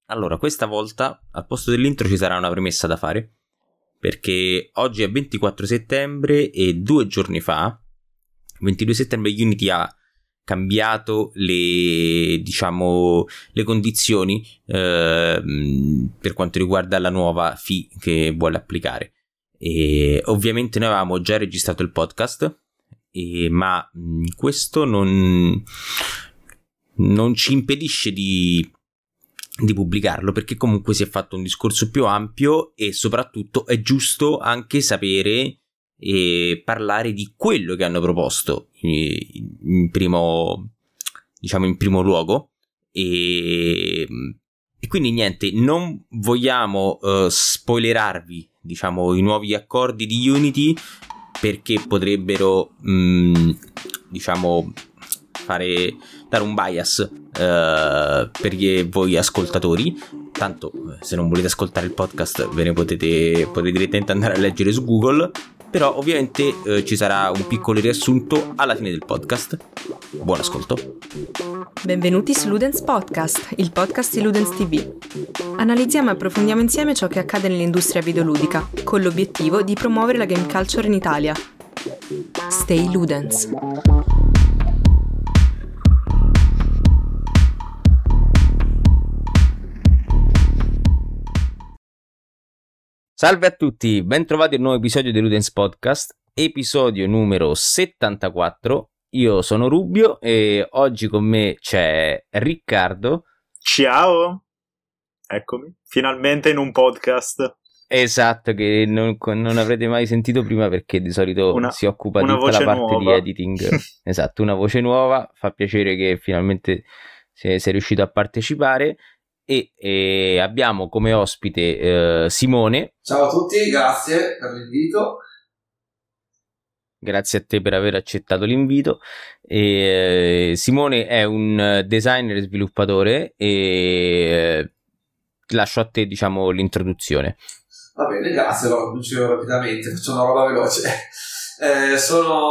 Allora, questa volta al posto dell'intro ci sarà una premessa da fare, perché oggi è 24 settembre e 2 giorni fa, 22 settembre, Unity ha cambiato le condizioni per quanto riguarda la nuova fee che vuole applicare. E ovviamente noi avevamo già registrato il podcast, ma questo non ci impedisce di pubblicarlo, perché comunque si è fatto un discorso più ampio e soprattutto è giusto anche sapere e parlare di quello che hanno proposto in primo luogo, e quindi niente, non vogliamo spoilerarvi i nuovi accordi di Unity, perché potrebbero dare un bias per voi ascoltatori. Tanto se non volete ascoltare il podcast ve ne potete direttamente andare a leggere su Google, però ovviamente ci sarà un piccolo riassunto alla fine del podcast. Buon ascolto. Benvenuti su Ludens Podcast, il podcast di Ludens TV. Analizziamo e approfondiamo insieme ciò che accade nell'industria videoludica, con l'obiettivo di promuovere la game culture in Italia. Stay Ludens. Salve a tutti, ben trovati a un nuovo episodio di Ludens Podcast, episodio numero 74. Io sono Rubio e oggi con me c'è Riccardo. Ciao, eccomi, finalmente in un podcast. Esatto, che non avrete mai sentito prima, perché di solito si occupa di tutta la parte nuova di editing. Esatto, una voce nuova, fa piacere che finalmente sei riuscito a partecipare. E abbiamo come ospite Simone. Ciao a tutti, grazie per l'invito. Grazie a te per aver accettato l'invito. Simone è un designer e sviluppatore e lascio a te l'introduzione. Va bene, grazie, lo comincio rapidamente, faccio una roba veloce. Sono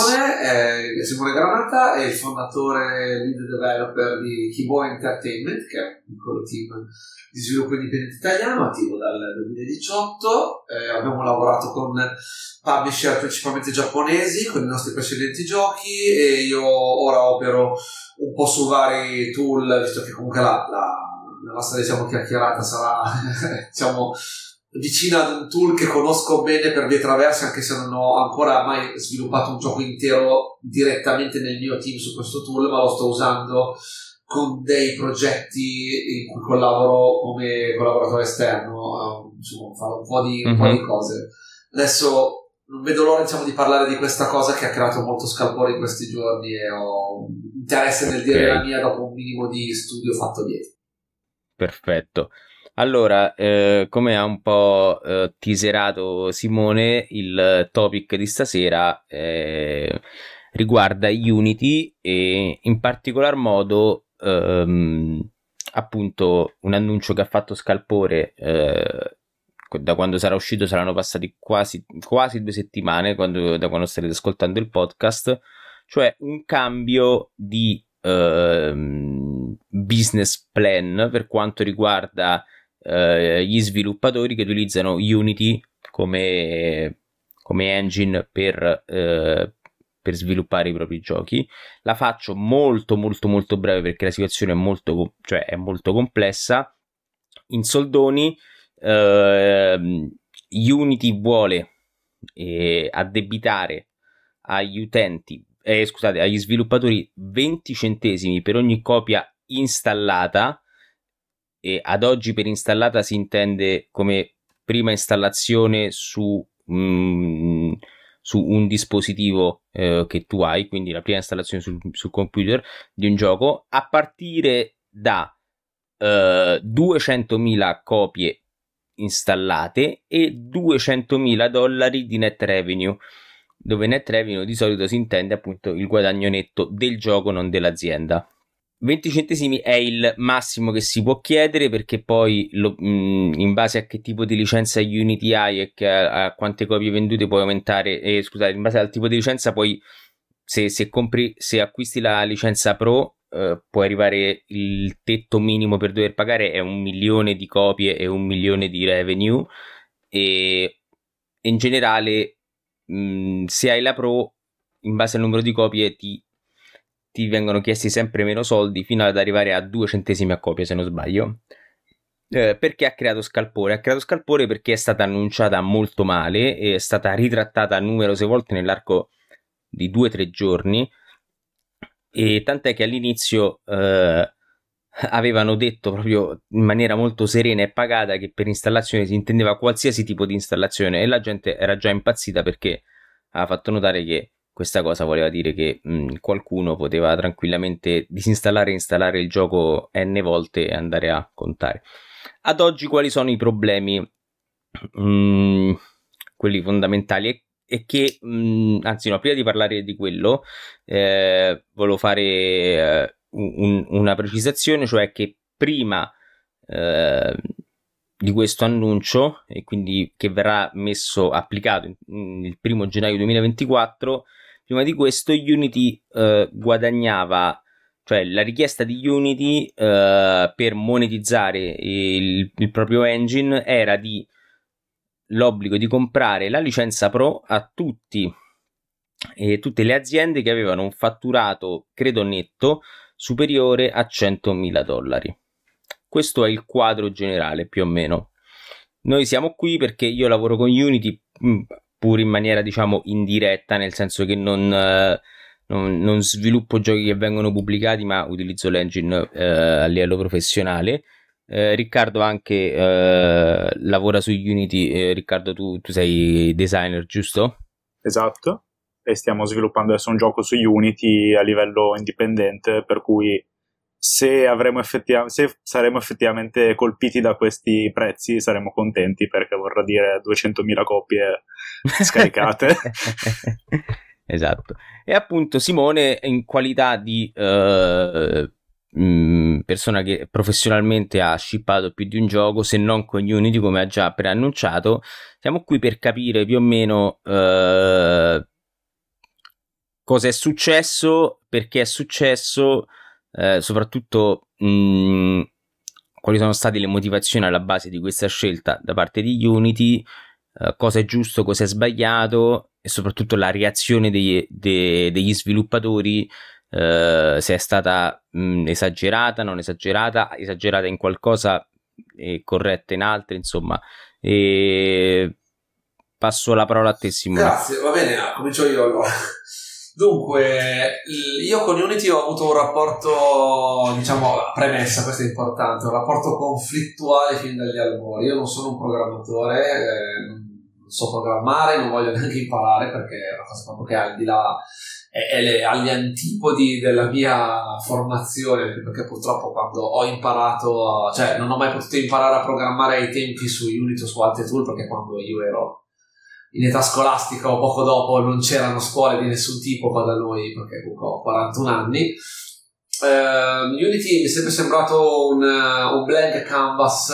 Simone Granata, e il fondatore lead developer di Keyboy Entertainment, che è un piccolo team di sviluppo indipendente italiano attivo dal 2018. Abbiamo lavorato con publisher principalmente giapponesi con i nostri precedenti giochi, e io ora opero un po' su vari tool, visto che comunque la nostra chiacchierata sarà vicina ad un tool che conosco bene per vie traverse, anche se non ho ancora mai sviluppato un gioco intero direttamente nel mio team su questo tool, ma lo sto usando con dei progetti in cui collaboro come collaboratore esterno, fare un po' di cose. Adesso non vedo l'ora di parlare di questa cosa che ha creato molto scalpore in questi giorni, e ho interesse nel dire la mia dopo un minimo di studio fatto dietro. Perfetto. Allora, come ha un po' teaserato Simone, il topic di stasera riguarda Unity, e in particolar modo appunto un annuncio che ha fatto scalpore. Da quando sarà uscito saranno passati quasi 2 settimane da quando starete ascoltando il podcast, cioè un cambio di business plan per quanto riguarda gli sviluppatori che utilizzano Unity come engine per sviluppare i propri giochi. La faccio molto molto molto breve, perché la situazione è molto complessa. In soldoni, Unity vuole addebitare agli sviluppatori 20 centesimi per ogni copia installata, e ad oggi per installata si intende come prima installazione su un dispositivo che tu hai, quindi la prima installazione sul computer di un gioco, a partire da 200.000 copie installate e $200.000 di net revenue, dove net revenue di solito si intende appunto il guadagno netto del gioco, non dell'azienda. 20 centesimi è il massimo che si può chiedere, perché poi in base a che tipo di licenza Unity hai e a quante copie vendute puoi aumentare, in base al tipo di licenza poi se acquisti la licenza Pro può arrivare, il tetto minimo per dover pagare è 1 milione di copie e 1 milione di revenue, e in generale se hai la Pro, in base al numero di copie ti vengono chiesti sempre meno soldi, fino ad arrivare a 2 centesimi a copia, se non sbaglio. Perché ha creato scalpore? Ha creato scalpore perché è stata annunciata molto male, è stata ritrattata numerose volte nell'arco di 2-3 giorni, e tant'è che all'inizio avevano detto proprio in maniera molto serena e pagata che per installazione si intendeva qualsiasi tipo di installazione, e la gente era già impazzita perché aveva fatto notare che questa cosa voleva dire che qualcuno poteva tranquillamente disinstallare e installare il gioco n volte e andare a contare. Ad oggi quali sono i problemi? Quelli fondamentali, e che anzi no, prima di parlare di quello volevo fare una precisazione, cioè che prima di questo annuncio, e quindi che verrà applicato il 1 gennaio 2024, prima di questo Unity guadagnava, cioè la richiesta di Unity per monetizzare il proprio engine era di l'obbligo di comprare la licenza Pro a tutte le aziende che avevano un fatturato, credo netto, superiore a $100.000. Questo è il quadro generale, più o meno. Noi siamo qui perché io lavoro con Unity pur in maniera, diciamo, indiretta, nel senso che non sviluppo giochi che vengono pubblicati, ma utilizzo l'engine a livello professionale. Riccardo anche lavora su Unity. Riccardo, tu sei designer, giusto? Esatto, e stiamo sviluppando adesso un gioco su Unity a livello indipendente, per cui se saremo effettivamente colpiti da questi prezzi saremo contenti, perché vorrà dire 200.000 copie scaricate. Esatto. E appunto Simone, in qualità di persona che professionalmente ha shippato più di un gioco, se non con Unity, come ha già preannunciato, siamo qui per capire più o meno cosa è successo, perché è successo, soprattutto quali sono state le motivazioni alla base di questa scelta da parte di Unity, cosa è giusto, cosa è sbagliato, e soprattutto la reazione degli sviluppatori, se è stata esagerata, non esagerata in qualcosa e corretta in altre, insomma. E passo la parola a te, Simone. Grazie, va bene, comincio io allora. Dunque, io con Unity ho avuto un rapporto, diciamo, premessa, questo è importante, un rapporto conflittuale fin dagli albori. Io non sono un programmatore, non so programmare, non voglio neanche imparare, perché è una cosa proprio che al di là è agli antipodi della mia formazione, perché purtroppo quando ho imparato, cioè non ho mai potuto imparare a programmare ai tempi su Unity o su altri tool, perché quando io ero in età scolastica o poco dopo non c'erano scuole di nessun tipo qua da noi, perché comunque ho 41 anni. Unity mi è sempre sembrato un blank canvas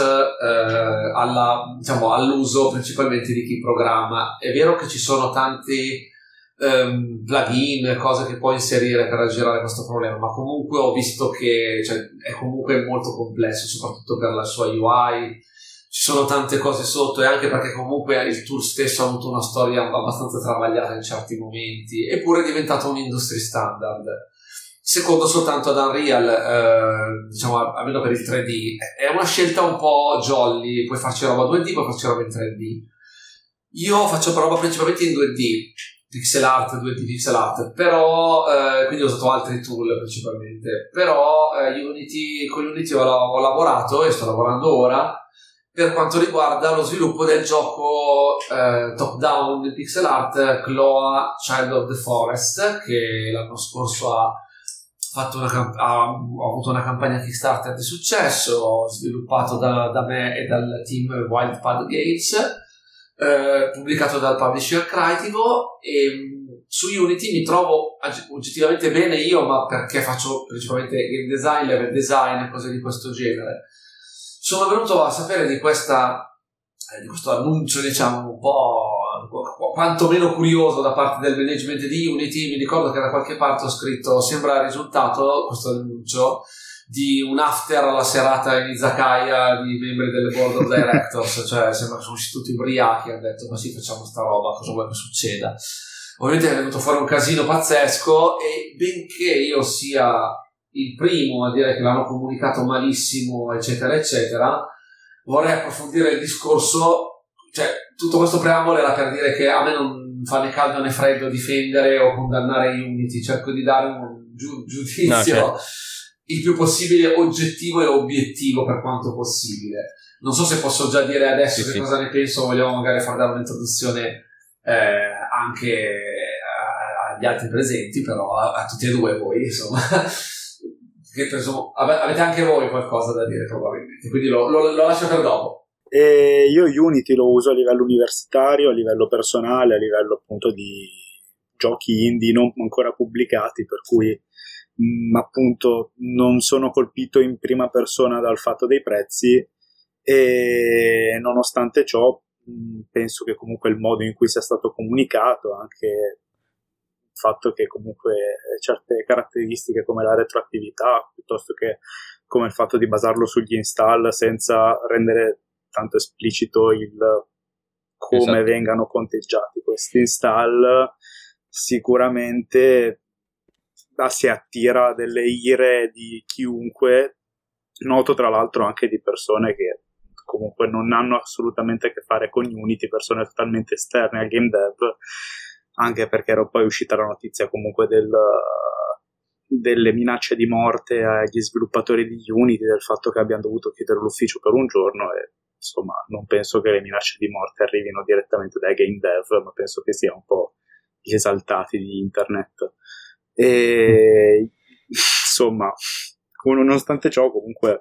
all'uso principalmente di chi programma. È vero che ci sono tanti plugin, cose che puoi inserire per aggirare questo problema, ma comunque ho visto che è comunque molto complesso, soprattutto per la sua UI. Ci sono tante cose sotto, e anche perché comunque il tool stesso ha avuto una storia abbastanza travagliata in certi momenti, eppure è diventato un industry standard. Secondo soltanto ad Unreal, diciamo almeno per il 3D, è una scelta un po' jolly, puoi farci roba 2D, puoi farci roba in 3D. Io faccio roba principalmente in 2D, pixel art, 2D pixel art, però quindi ho usato altri tool principalmente, però con Unity ho lavorato e sto lavorando ora per quanto riguarda lo sviluppo del gioco top down di pixel art Kloa Child of the Forest, che l'anno scorso ha avuto una campagna Kickstarter di successo, sviluppato da me e dal team Wildpad Games, pubblicato dal publisher Critivo. E su Unity mi trovo oggettivamente bene io, ma perché faccio principalmente game design, level design e cose di questo genere. Sono venuto a sapere di questo annuncio, diciamo, un po' quantomeno curioso da parte del management di Unity. Mi ricordo che da qualche parte ho scritto: sembra il risultato, questo annuncio, di un after alla serata in izakaya di membri delle board of directors, cioè sembra che sono usciti tutti ubriachi, hanno detto: ma sì, facciamo sta roba, cosa vuoi che succeda? Ovviamente è venuto fuori un casino pazzesco, e benché io sia il primo a dire che l'hanno comunicato malissimo, eccetera eccetera, vorrei approfondire il discorso. Cioè, tutto questo preambolo era per dire che a me non fa né caldo né freddo difendere o condannare Unity, cerco di dare un giudizio, no, certo, il più possibile oggettivo e obiettivo per quanto possibile. Non so se posso già dire adesso che cosa ne penso, vogliamo magari far dare un'introduzione anche agli altri presenti, però a tutti e due voi, insomma. Che presumo, avete anche voi qualcosa da dire probabilmente, quindi lo lascio per dopo. Io Unity lo uso a livello universitario, a livello personale, a livello appunto di giochi indie non ancora pubblicati, per cui appunto non sono colpito in prima persona dal fatto dei prezzi, e nonostante ciò penso che comunque il modo in cui sia stato comunicato, anche il fatto che comunque certe caratteristiche come la retroattività, piuttosto che come il fatto di basarlo sugli install senza rendere tanto esplicito il come vengano conteggiati questi install, sicuramente si attira delle ire di chiunque. Noto tra l'altro anche di persone che comunque non hanno assolutamente a che fare con Unity, persone totalmente esterne al game dev, anche perché era poi uscita la notizia comunque delle minacce di morte agli sviluppatori di Unity, del fatto che abbiano dovuto chiudere l'ufficio per un giorno. E insomma, non penso che le minacce di morte arrivino direttamente dai game dev, ma penso che sia un po' gli esaltati di internet. E insomma, nonostante ciò, comunque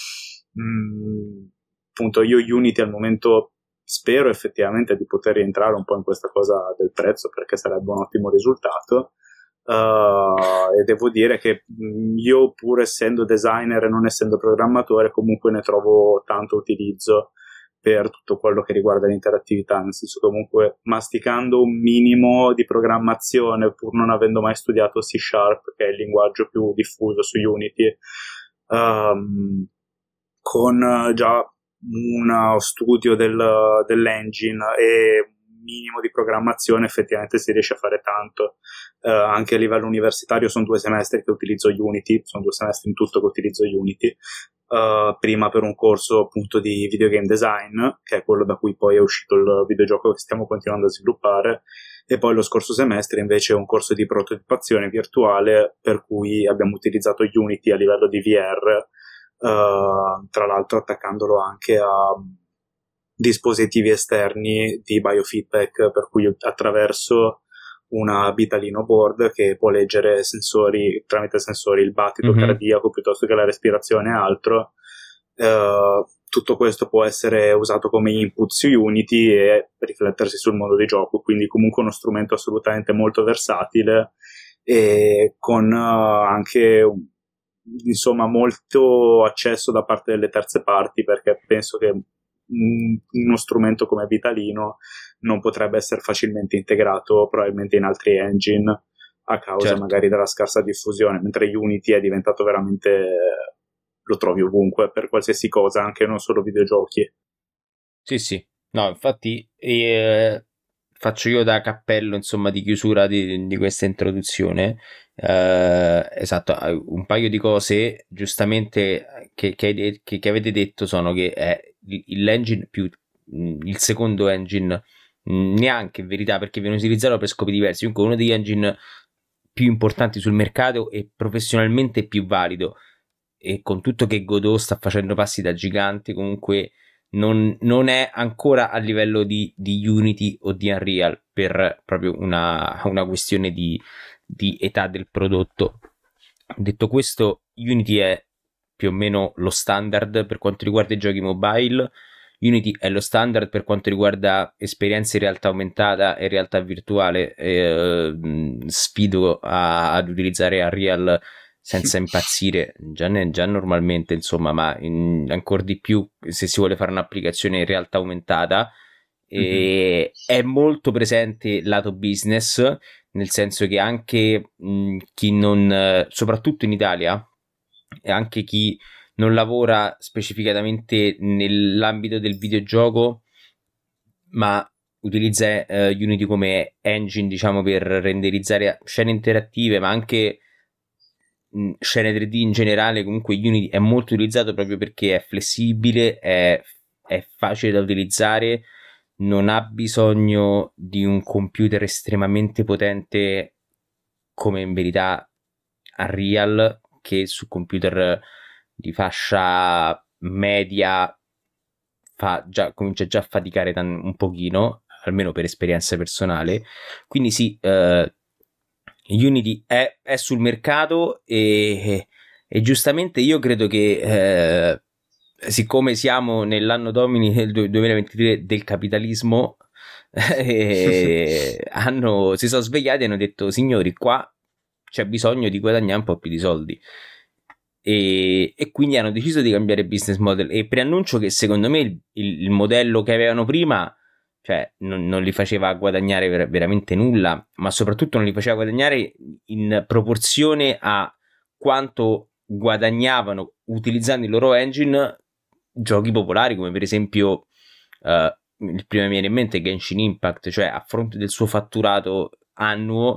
appunto io Unity al momento spero effettivamente di poter rientrare un po' in questa cosa del prezzo, perché sarebbe un ottimo risultato. E devo dire che io, pur essendo designer e non essendo programmatore, comunque ne trovo tanto utilizzo per tutto quello che riguarda l'interattività, nel senso che comunque masticando un minimo di programmazione, pur non avendo mai studiato C#, che è il linguaggio più diffuso su Unity, con già uno studio dell'engine e un minimo di programmazione effettivamente si riesce a fare tanto. Anche a livello universitario sono 2 semestri che utilizzo Unity, sono 2 semestri in tutto che utilizzo Unity. Prima per un corso appunto di videogame design, che è quello da cui poi è uscito il videogioco che stiamo continuando a sviluppare, e poi lo scorso semestre invece un corso di prototipazione virtuale, per cui abbiamo utilizzato Unity a livello di VR, tra l'altro attaccandolo anche a dispositivi esterni di biofeedback, per cui attraverso una Bitalino board che può leggere tramite sensori il battito cardiaco piuttosto che la respirazione e altro. Tutto questo può essere usato come input su Unity e riflettersi sul mondo di gioco, quindi comunque uno strumento assolutamente molto versatile, e con anche insomma molto accesso da parte delle terze parti, perché penso che uno strumento come Bitalino non potrebbe essere facilmente integrato probabilmente in altri engine a causa magari della scarsa diffusione, mentre Unity è diventato veramente, lo trovi ovunque per qualsiasi cosa, anche non solo videogiochi. Sì, no, infatti faccio io da cappello insomma di chiusura di questa introduzione. Esatto, un paio di cose giustamente che avete detto sono che è l'engine più il secondo engine, neanche in verità, perché viene utilizzato per scopi diversi, comunque uno degli engine più importanti sul mercato e professionalmente più valido, e con tutto che Godot sta facendo passi da gigante, comunque non è ancora a livello di Unity o di Unreal, per proprio una questione di età del prodotto. Detto questo, Unity è più o meno lo standard per quanto riguarda i giochi mobile. Unity è lo standard per quanto riguarda esperienze in realtà aumentata e realtà virtuale. Sfido ad utilizzare Unreal senza impazzire già normalmente, insomma, ma ancora di più se si vuole fare un'applicazione in realtà aumentata. E è molto presente lato business, nel senso che anche chi non, soprattutto in Italia, e anche chi non lavora specificatamente nell'ambito del videogioco, ma utilizza Unity come engine, diciamo, per renderizzare scene interattive, ma anche scene 3D in generale. Comunque Unity è molto utilizzato proprio perché è flessibile, è facile da utilizzare, non ha bisogno di un computer estremamente potente come in verità Unreal, che su computer di fascia media comincia già a faticare un pochino, almeno per esperienza personale. Quindi sì, Unity è sul mercato e giustamente io credo che siccome siamo nell'anno domini del 2023 del capitalismo, si sono svegliati e hanno detto: signori, qua c'è bisogno di guadagnare un po' più di soldi, e quindi hanno deciso di cambiare business model. E preannuncio che secondo me il modello che avevano prima, cioè non li faceva guadagnare veramente nulla, ma soprattutto non li faceva guadagnare in proporzione a quanto guadagnavano utilizzando il loro engine giochi popolari, come per esempio il primo che mi viene in mente è Genshin Impact. Cioè, a fronte del suo fatturato annuo,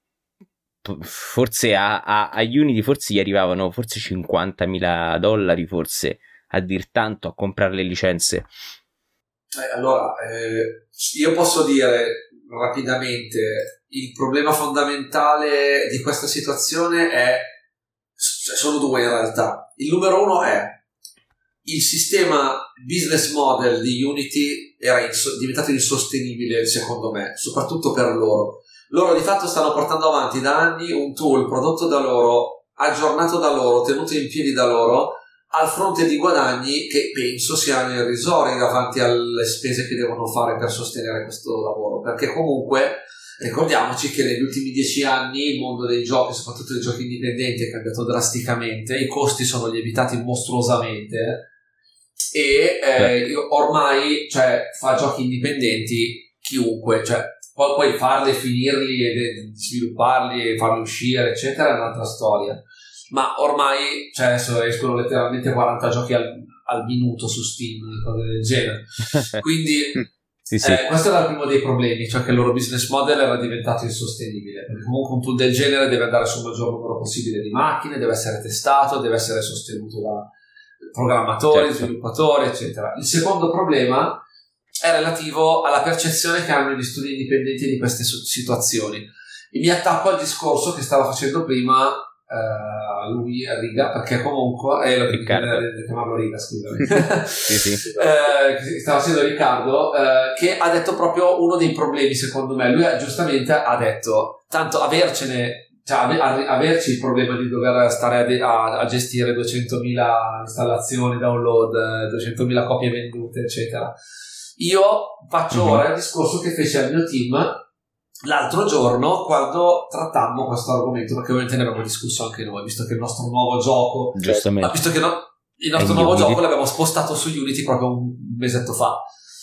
forse a Unity forse gli arrivavano forse $50.000, forse, a dir tanto, a comprare le licenze. Allora, io posso dire rapidamente, il problema fondamentale di questa situazione sono due in realtà. Il numero uno è il sistema business model di Unity era diventato insostenibile, secondo me, soprattutto per loro. Loro di fatto stanno portando avanti da anni un tool prodotto da loro, aggiornato da loro, tenuto in piedi da loro, al fronte di guadagni che penso siano irrisori davanti alle spese che devono fare per sostenere questo lavoro, perché comunque ricordiamoci che negli ultimi 10 anni il mondo dei giochi, soprattutto dei giochi indipendenti, è cambiato drasticamente, i costi sono lievitati mostruosamente e ormai, cioè, fa giochi indipendenti chiunque, cioè poi farli, finirli e svilupparli e farli uscire eccetera è un'altra storia, ma ormai, cioè, adesso escono letteralmente 40 giochi al minuto su Steam, cose del genere, quindi sì. Questo era il primo dei problemi, cioè che il loro business model era diventato insostenibile, perché comunque un tool del genere deve andare sul maggior numero possibile di macchine, deve essere testato, deve essere sostenuto da programmatori, sviluppatori eccetera. Il secondo problema è relativo alla percezione che hanno gli studi indipendenti di queste situazioni. E mi attacco al discorso che stava facendo prima lui, Riga, perché comunque lo chiamarlo Riga, scusami. sì. Stava facendo Riccardo, che ha detto proprio uno dei problemi, secondo me. Lui giustamente ha detto, tanto averci il problema di dover stare a gestire 200.000 installazioni, download, 200.000 copie vendute eccetera. Io faccio ora il discorso che fece al mio team l'altro giorno quando trattammo questo argomento, perché ovviamente ne abbiamo discusso anche noi, visto che il nostro nuovo gioco, giustamente, visto che il nostro nuovo gioco l'abbiamo spostato su Unity proprio un mesetto fa.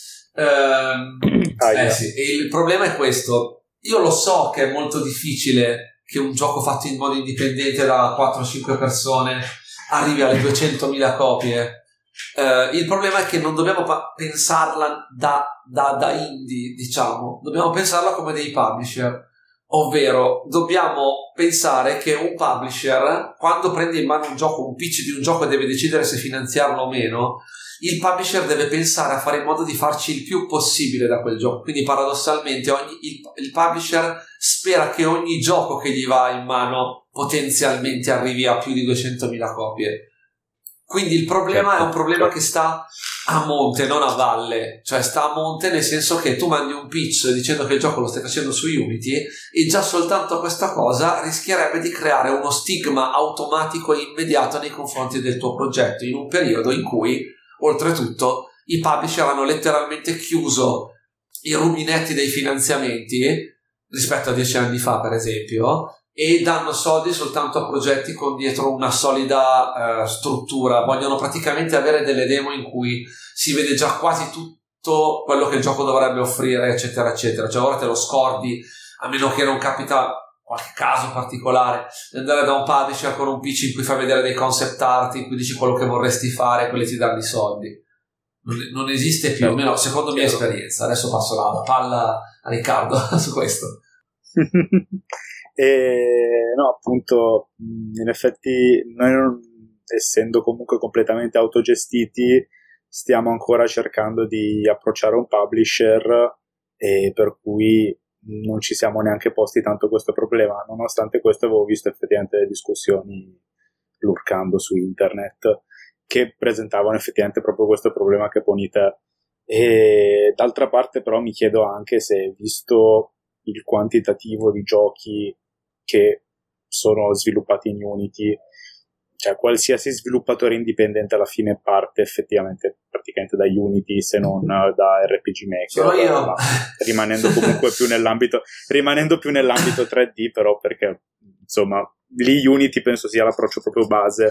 Sì. E il problema è questo: io lo so che è molto difficile che un gioco fatto in modo indipendente da 4-5 persone arrivi alle 200.000 copie. Il problema è che non dobbiamo pensarla da indie, diciamo, dobbiamo pensarla come dei publisher, ovvero dobbiamo pensare che un publisher, quando prende in mano un pitch di un gioco e deve decidere se finanziarlo o meno, il publisher deve pensare a fare in modo di farci il più possibile da quel gioco. Quindi paradossalmente il publisher spera che ogni gioco che gli va in mano potenzialmente arrivi a più di 200.000 copie. Quindi il problema è un problema che sta a monte, non a valle, cioè sta a monte nel senso che tu mandi un pitch dicendo che il gioco lo stai facendo su Unity e già soltanto questa cosa rischierebbe di creare uno stigma automatico e immediato nei confronti del tuo progetto, in un periodo in cui oltretutto i publisher hanno letteralmente chiuso i rubinetti dei finanziamenti rispetto a 10 anni fa, per esempio, e danno soldi soltanto a progetti con dietro una solida struttura. Vogliono praticamente avere delle demo in cui si vede già quasi tutto quello che il gioco dovrebbe offrire, eccetera eccetera. Cioè ora te lo scordi, a meno che non capita qualche caso particolare di andare da un publisher con un pitch in cui fai vedere dei concept art, in cui dici quello che vorresti fare e quelli ti danno i soldi. Non esiste più, almeno secondo mia esperienza. Adesso passo la palla a Riccardo su questo. No, appunto, in effetti noi essendo comunque completamente autogestiti stiamo ancora cercando di approcciare un publisher, e per cui non ci siamo neanche posti tanto questo problema. Nonostante questo avevo visto effettivamente le discussioni lurcando su internet che presentavano effettivamente proprio questo problema che poni te. E d'altra parte però mi chiedo anche se, visto il quantitativo di giochi che sono sviluppati in Unity, cioè qualsiasi sviluppatore indipendente alla fine parte effettivamente praticamente da Unity, se non da RPG Maker, rimanendo comunque più nell'ambito 3D, però, perché insomma lì Unity penso sia l'approccio proprio base.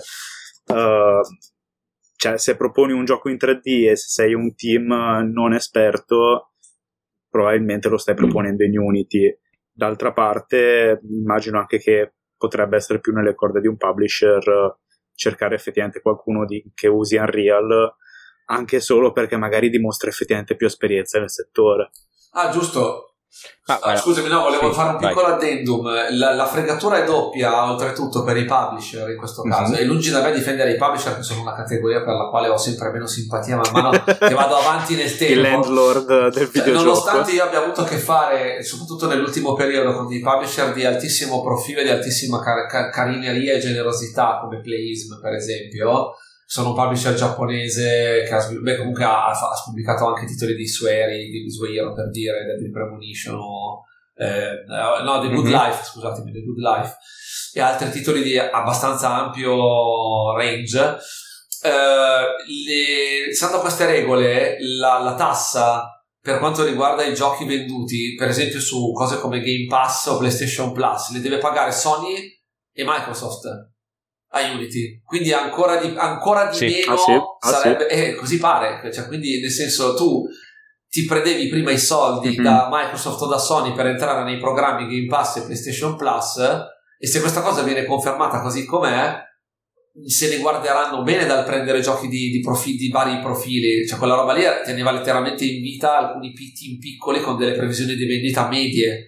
Cioè, se proponi un gioco in 3D e se sei un team non esperto, probabilmente lo stai proponendo in Unity. D'altra parte, immagino anche che potrebbe essere più nelle corde di un publisher cercare effettivamente qualcuno che usi Unreal, anche solo perché magari dimostra effettivamente più esperienza nel settore. Ah, giusto. Scusami, no, volevo fare un piccolo addendum. La fregatura è doppia, oltretutto, per i publisher in questo caso. E lungi da me difendere i publisher, che sono una categoria per la quale ho sempre meno simpatia man mano che vado avanti nel tempo. Il landlord del videogioco. Nonostante io abbia avuto a che fare, soprattutto nell'ultimo periodo, con dei publisher di altissimo profilo e di altissima carineria e generosità, come Playism per esempio. Sono un publisher giapponese che comunque ha pubblicato anche titoli di Suero, per dire, The Premonition The Good Life, scusatemi, The Good Life, e altri titoli di abbastanza ampio range. Stando a queste regole, la tassa per quanto riguarda i giochi venduti, per esempio su cose come Game Pass o PlayStation Plus, le deve pagare Sony e Microsoft a Unity, quindi ancora di meno sarebbe. Così pare, cioè, quindi nel senso, tu ti prendevi prima i soldi da Microsoft o da Sony per entrare nei programmi Game Pass e PlayStation Plus, e se questa cosa viene confermata così com'è, se ne guarderanno bene dal prendere giochi di vari profili. Cioè quella roba lì teneva letteralmente in vita alcuni team piccoli con delle previsioni di vendita medie.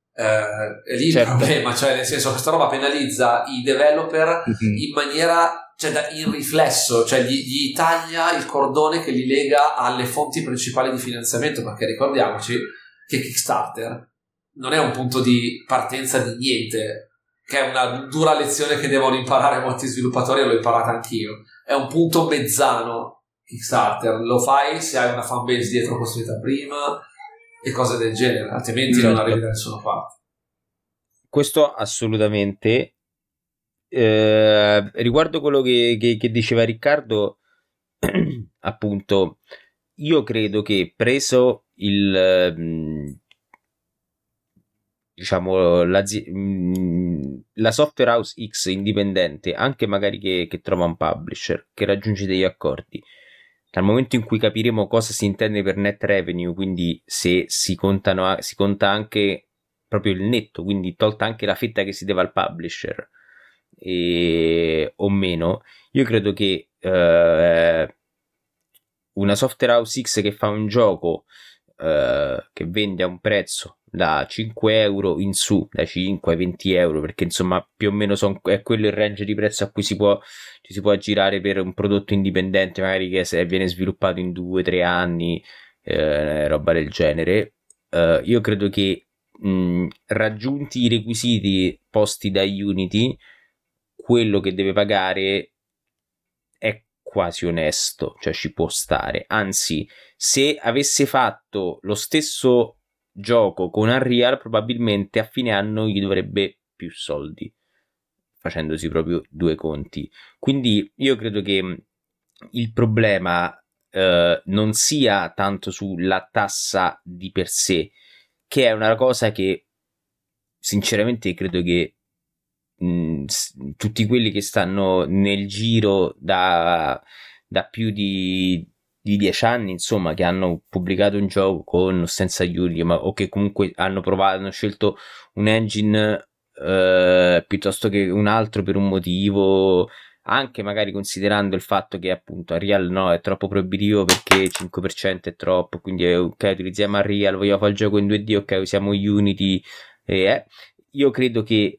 È lì il problema, cioè nel senso, questa roba penalizza i developer in maniera, cioè in riflesso, cioè gli taglia il cordone che li lega alle fonti principali di finanziamento, perché ricordiamoci che Kickstarter non è un punto di partenza di niente, che è una dura lezione che devono imparare molti sviluppatori, e l'ho imparata anch'io. È un punto mezzano Kickstarter, lo fai se hai una fanbase dietro costruita prima e cose del genere, altrimenti non arrivi da nessuna parte. Questo assolutamente. Riguardo quello che diceva Riccardo, appunto, io credo che, preso diciamo la software house X indipendente, anche magari che trova un publisher, che raggiunge degli accordi, dal momento in cui capiremo cosa si intende per net revenue, quindi se si conta anche proprio il netto, quindi tolta anche la fetta che si deve al publisher o meno, io credo che una software house X che fa un gioco che vende a un prezzo da 5 euro in su, da 5 ai 20 euro, perché insomma più o meno è quello il range di prezzo a cui ci si può aggirare per un prodotto indipendente, magari che viene sviluppato in 2-3 anni, roba del genere. Io credo che raggiunti i requisiti posti da Unity, quello che deve pagare è quasi onesto, cioè ci può stare. Anzi, se avesse fatto lo stesso gioco con Unreal, probabilmente a fine anno gli dovrebbe più soldi, facendosi proprio due conti. Quindi io credo che il problema non sia tanto sulla tassa di per sé, che è una cosa che sinceramente credo che tutti quelli che stanno nel giro da più di di 10 anni, insomma, che hanno pubblicato un gioco con o senza Unity, ma o che comunque hanno scelto un engine piuttosto che un altro per un motivo, anche magari considerando il fatto che appunto Unreal no, è troppo proibitivo perché 5% è troppo, quindi ok, utilizziamo Unreal, vogliamo fare il gioco in 2D, ok, usiamo Unity. Io credo che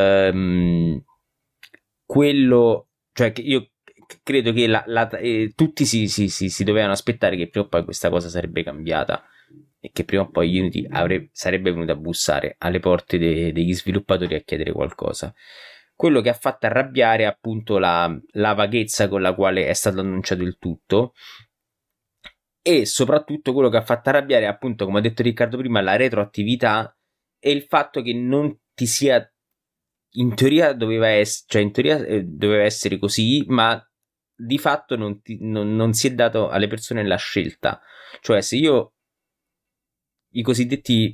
quello, cioè che io credo che tutti si dovevano aspettare che prima o poi questa cosa sarebbe cambiata e che prima o poi Unity sarebbe venuto a bussare alle porte degli sviluppatori a chiedere qualcosa. Quello che ha fatto arrabbiare è appunto la vaghezza con la quale è stato annunciato il tutto, e soprattutto quello che ha fatto arrabbiare, appunto, come ha detto Riccardo prima, la retroattività e il fatto che non ti sia, in teoria doveva essere così, ma di fatto non si è dato alle persone la scelta. Cioè, se io i cosiddetti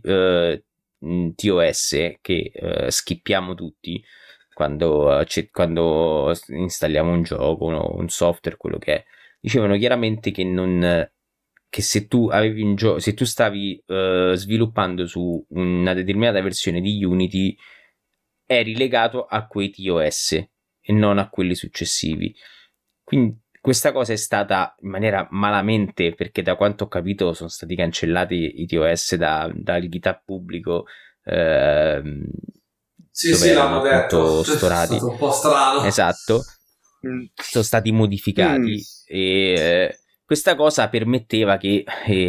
TOS che skippiamo tutti quando installiamo un gioco, un software, quello che è, dicevano chiaramente che se tu avevi se tu stavi sviluppando su una determinata versione di Unity, eri legato a quei TOS e non a quelli successivi. Quindi questa cosa è stata in maniera malamente, perché da quanto ho capito sono stati cancellati i TOS dal GitHub pubblico. Sì, l'hanno detto, storati. è stato un po' strano. Esatto, sono stati modificati e questa cosa permetteva che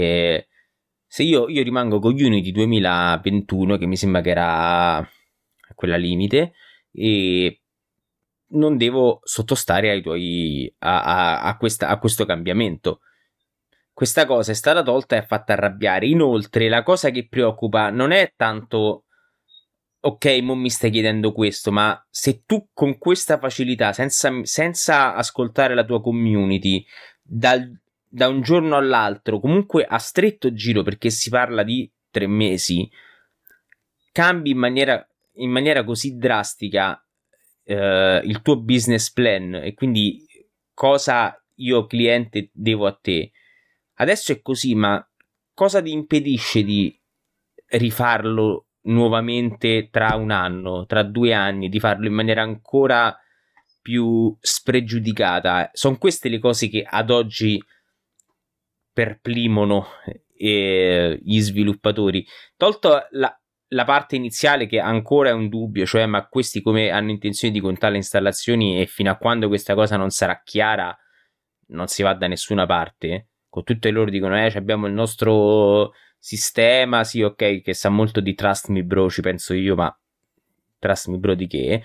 se io rimango con Unity 2021, che mi sembra che era quella limite, e non devo sottostare a questo cambiamento. Questa cosa è stata tolta e ha fatto arrabbiare. Inoltre, la cosa che preoccupa non è tanto ok, mo mi stai chiedendo questo, ma se tu con questa facilità, senza ascoltare la tua community, da un giorno all'altro, comunque a stretto giro, perché si parla di 3 mesi, cambi in maniera così drastica il tuo business plan e quindi cosa io cliente devo a te. Adesso è così, ma cosa ti impedisce di rifarlo nuovamente tra un anno, tra 2 anni, di farlo in maniera ancora più spregiudicata? Sono queste le cose che ad oggi perplimono gli sviluppatori. Tolto la parte iniziale che ancora è un dubbio, cioè ma questi come hanno intenzione di contare le installazioni, e fino a quando questa cosa non sarà chiara non si va da nessuna parte. Con tutte loro dicono abbiamo il nostro sistema, sì ok, che sa molto di Trust Me Bro, ci penso io, ma Trust Me Bro di che?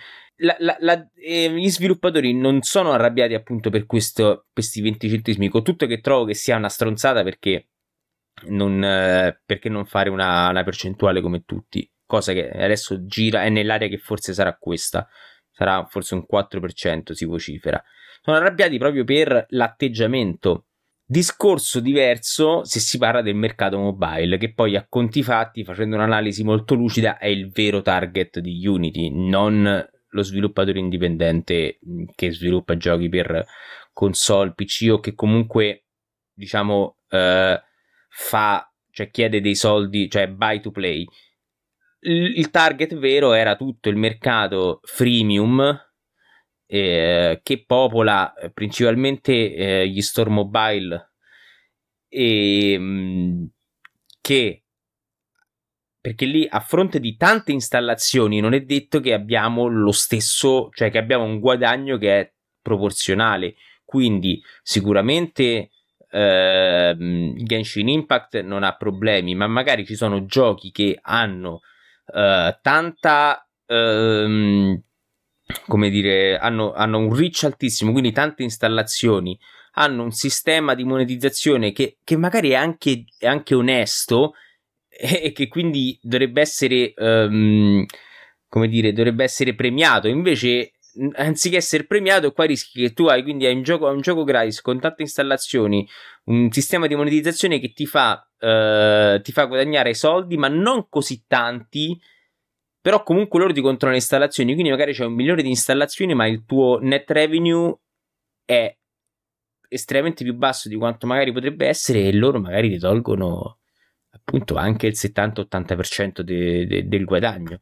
Gli sviluppatori non sono arrabbiati appunto per questi 20 centesimi, con tutto che trovo che sia una stronzata, perché non fare una percentuale come tutti, cosa che adesso gira, è nell'area che forse sarà questa, sarà forse un 4% si vocifera. Sono arrabbiati proprio per l'atteggiamento. Discorso diverso se si parla del mercato mobile, che poi a conti fatti, facendo un'analisi molto lucida, è il vero target di Unity, non lo sviluppatore indipendente che sviluppa giochi per console, PC, o che comunque diciamo chiede dei soldi, cioè buy to play. Il target vero era tutto il mercato freemium che popola principalmente gli store mobile, e che, perché lì a fronte di tante installazioni non è detto che abbiamo lo stesso, cioè che abbiamo un guadagno che è proporzionale. Quindi sicuramente Genshin Impact non ha problemi, ma magari ci sono giochi che hanno tanta come dire, hanno un reach altissimo, quindi tante installazioni, hanno un sistema di monetizzazione che magari è anche onesto, e che quindi dovrebbe essere dovrebbe essere premiato. Invece, anziché essere premiato, qua rischi che tu hai un gioco gratis con tante installazioni, un sistema di monetizzazione che ti fa guadagnare soldi, ma non così tanti, però comunque loro ti controllano le installazioni, quindi magari c'è 1 milione di installazioni, ma il tuo net revenue è estremamente più basso di quanto magari potrebbe essere, e loro magari ti tolgono appunto anche il 70-80% del guadagno.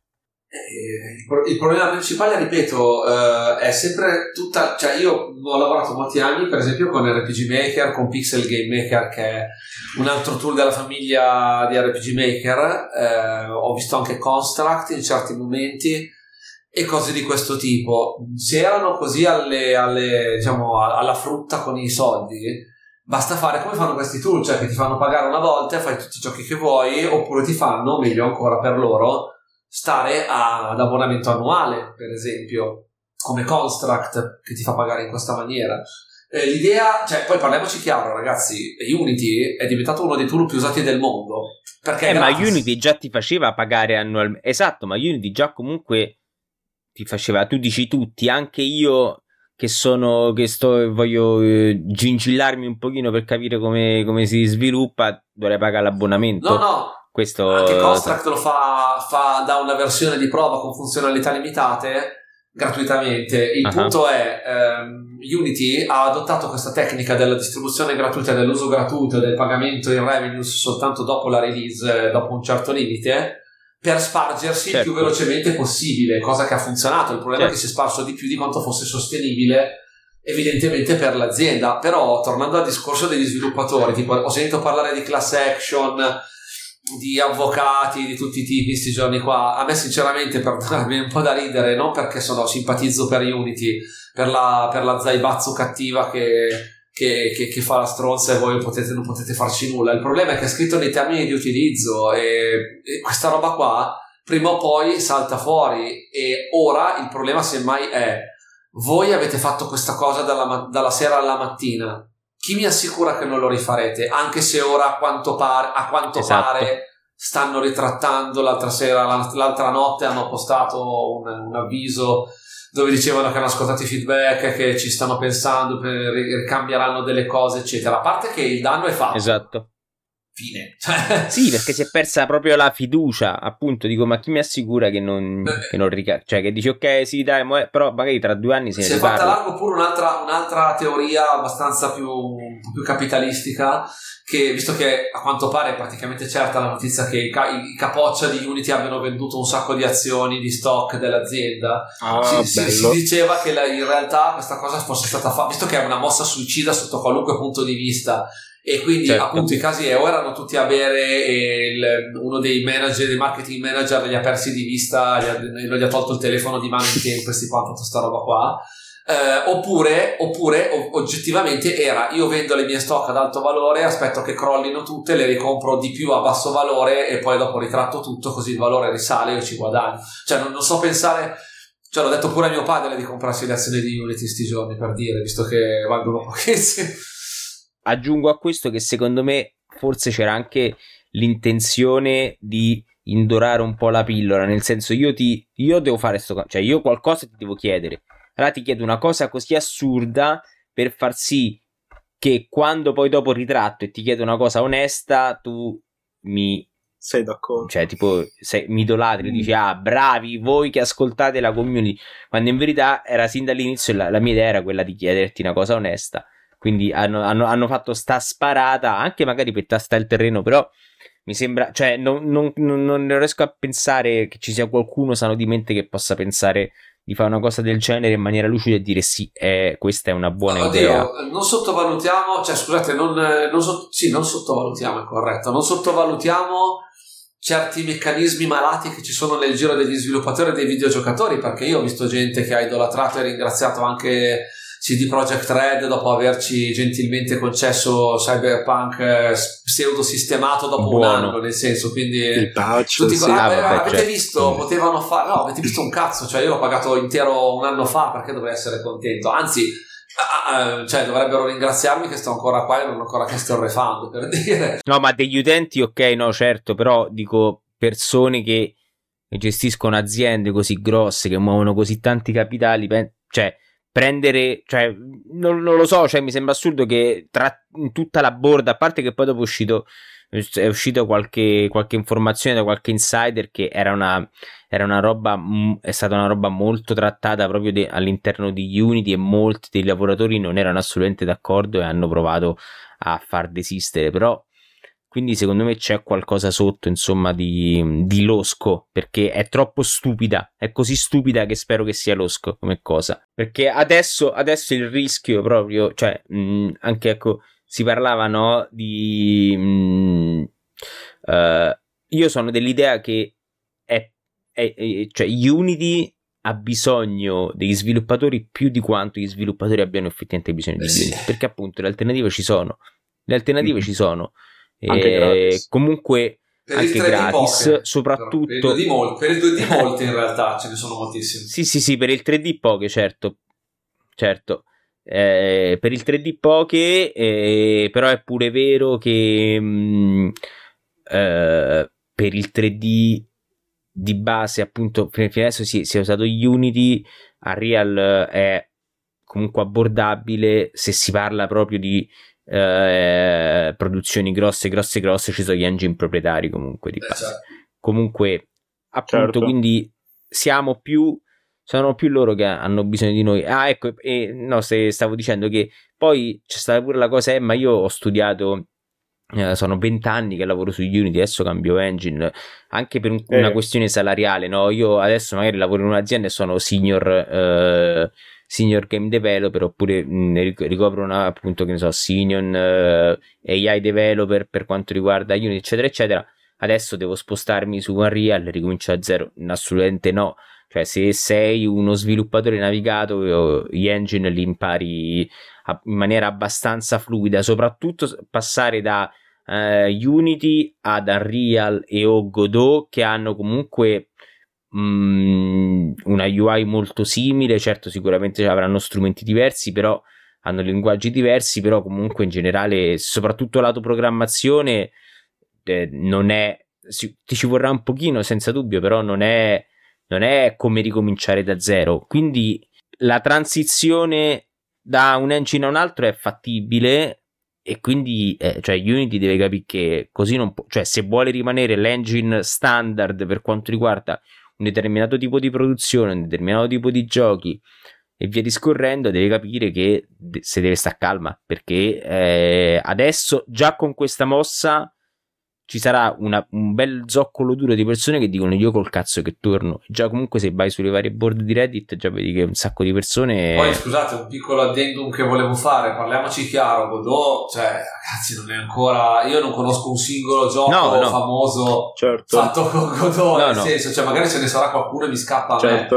Il problema principale, ripeto, è sempre tutta, cioè io ho lavorato molti anni per esempio con RPG Maker, con Pixel Game Maker, che è un altro tool della famiglia di RPG Maker. Ho visto anche Construct in certi momenti e cose di questo tipo. Se erano così diciamo alla frutta con i soldi, basta fare come fanno questi tool, cioè che ti fanno pagare una volta e fai tutti i giochi che vuoi, oppure ti fanno, meglio ancora per loro, stare ad abbonamento annuale, per esempio, come Construct, che ti fa pagare in questa maniera. L'idea, cioè, poi parliamoci chiaro, ragazzi, Unity è diventato uno dei tool più usati del mondo, perché ma Unity già ti faceva pagare annualmente. Esatto, ma Unity già comunque ti faceva, tu dici tutti, anche io voglio gingillarmi un pochino per capire come si sviluppa, dovrei pagare l'abbonamento. No. Questo anche Construct lo fa da una versione di prova con funzionalità limitate gratuitamente. Il punto è Unity ha adottato questa tecnica della distribuzione gratuita, dell'uso gratuito, del pagamento in revenues soltanto dopo la release, dopo un certo limite, per spargersi il più velocemente possibile, cosa che ha funzionato. Il problema è che si è sparso di più di quanto fosse sostenibile evidentemente per l'azienda. Però tornando al discorso degli sviluppatori, tipo, ho sentito parlare di class action, di avvocati di tutti i tipi sti giorni qua. A me sinceramente, perdonarmi, un po' da ridere, non perché simpatizzo per Unity, per la zaibazzo cattiva che fa la stronza e voi non potete farci nulla. Il problema è che è scritto nei termini di utilizzo e questa roba qua prima o poi salta fuori, e ora il problema semmai è: voi avete fatto questa cosa dalla sera alla mattina, chi mi assicura che non lo rifarete? Anche se ora a quanto pare stanno ritrattando. L'altra notte hanno postato un avviso dove dicevano che hanno ascoltato i feedback, che ci stanno pensando, cambieranno delle cose eccetera. A parte che il danno è fatto. Esatto. Fine. Sì, perché si è persa proprio la fiducia, appunto. Dico, ma chi mi assicura che non cioè che dici ok, sì dai, però magari tra 2 anni si è fatta largo pure un'altra teoria abbastanza più capitalistica, che visto che a quanto pare è praticamente certa la notizia che i capoccia di Unity abbiano venduto un sacco di azioni di stock dell'azienda, si diceva che in realtà questa cosa fosse stata fatta, visto che è una mossa suicida sotto qualunque punto di vista, e quindi appunto i casi erano tutti a bere, e uno dei manager, dei marketing manager, li ha persi di vista, gli ha tolto il telefono di mano in tempo e si fa tutta sta roba qua. Oppure oggettivamente era: io vendo le mie stock ad alto valore, aspetto che crollino tutte, le ricompro di più a basso valore e poi dopo ritratto tutto, così il valore risale e io ci guadagno. Cioè non so pensare, cioè l'ho detto pure a mio padre di comprarsi le azioni di Unity sti giorni, per dire, visto che valgono pochissimo. Aggiungo a questo che secondo me forse c'era anche l'intenzione di indorare un po' la pillola, nel senso io devo fare cioè io qualcosa ti devo chiedere, allora ti chiedo una cosa così assurda per far sì che quando poi dopo ritratto e ti chiedo una cosa onesta tu mi sei d'accordo, cioè tipo mi idolatri, dici bravi voi che ascoltate la community, quando in verità era sin dall'inizio la mia idea era quella di chiederti una cosa onesta. Quindi hanno fatto sta sparata anche magari per tastare il terreno, però mi sembra, cioè non riesco a pensare che ci sia qualcuno sano di mente che possa pensare di fare una cosa del genere in maniera lucida e dire sì, questa è una buona idea. Non sottovalutiamo, cioè scusate, non sottovalutiamo, è corretto, non sottovalutiamo certi meccanismi malati che ci sono nel giro degli sviluppatori e dei videogiocatori, perché io ho visto gente che ha idolatrato e ringraziato anche CD Projekt Red dopo averci gentilmente concesso Cyberpunk pseudo sistemato dopo un anno, nel senso, quindi il patch, tutti avete visto, potevano fare, no, avete visto un cazzo, cioè io l'ho pagato intero un anno fa, perché dovrei essere contento, anzi cioè dovrebbero ringraziarmi che sto ancora qua e non ancora che sto refando, per dire. No, ma degli utenti ok, no certo, però dico persone che gestiscono aziende così grosse, che muovono così tanti capitali, cioè prendere, cioè non lo so, cioè mi sembra assurdo che in tutta la board, a parte che poi dopo è uscito qualche informazione da qualche insider che era una roba, è stata una roba molto trattata proprio all'interno di Unity, e molti dei lavoratori non erano assolutamente d'accordo e hanno provato a far desistere, però quindi secondo me c'è qualcosa sotto, insomma, di losco, perché è troppo stupida, è così stupida che spero che sia losco come cosa, perché adesso il rischio proprio, cioè anche, ecco, si parlava, no, io sono dell'idea che cioè Unity ha bisogno degli sviluppatori più di quanto gli sviluppatori abbiano effettivamente bisogno di Unity, perché appunto le alternative ci sono, anche comunque per anche gratis, poche, soprattutto per il 2D molti in realtà ce ne sono moltissimi. sì, per il 3D poche, certo. Per il 3D poche, però è pure vero che per il 3D di base, appunto, fino adesso si è usato Unity, Unreal è comunque abbordabile. Se si parla proprio di produzioni grosse, ci sono gli engine proprietari comunque di base. Certo. Comunque, appunto, certo. Quindi sono più loro che hanno bisogno di noi. Ah, ecco, no, stavo dicendo che poi c'è stata pure la cosa, ma io ho studiato, sono 20 anni che lavoro su Unity, adesso cambio engine, anche per una questione salariale, no? Io adesso magari lavoro in un'azienda e sono senior game developer, oppure ricopro appunto, che ne so, senior AI developer per quanto riguarda Unity, eccetera, eccetera. Adesso devo spostarmi su Unreal e ricominciare da zero? Assolutamente no. Cioè, se sei uno sviluppatore navigato, gli engine li impari in maniera abbastanza fluida, soprattutto passare da Unity ad Unreal e o Godot, che hanno comunque una UI molto simile. Certo, sicuramente avranno strumenti diversi, però hanno linguaggi diversi, però comunque in generale, soprattutto lato programmazione, non è, ti ci vorrà un pochino senza dubbio, però non è come ricominciare da zero. Quindi la transizione da un engine a un altro è fattibile, e quindi cioè Unity deve capire che così non può, cioè se vuole rimanere l'engine standard per quanto riguarda un determinato tipo di produzione, un determinato tipo di giochi e via discorrendo, deve capire che se deve stare calma, perché adesso già con questa mossa ci sarà un bel zoccolo duro di persone che dicono io col cazzo che torno. Già comunque se vai sulle varie board di Reddit già vedi che un sacco di persone... Poi scusate, un piccolo addendum che volevo fare, parliamoci chiaro, Godot, cioè ragazzi, non è ancora... Io non conosco un singolo gioco famoso fatto con Godot, nel senso, cioè magari ce ne sarà qualcuno e mi scappa a me.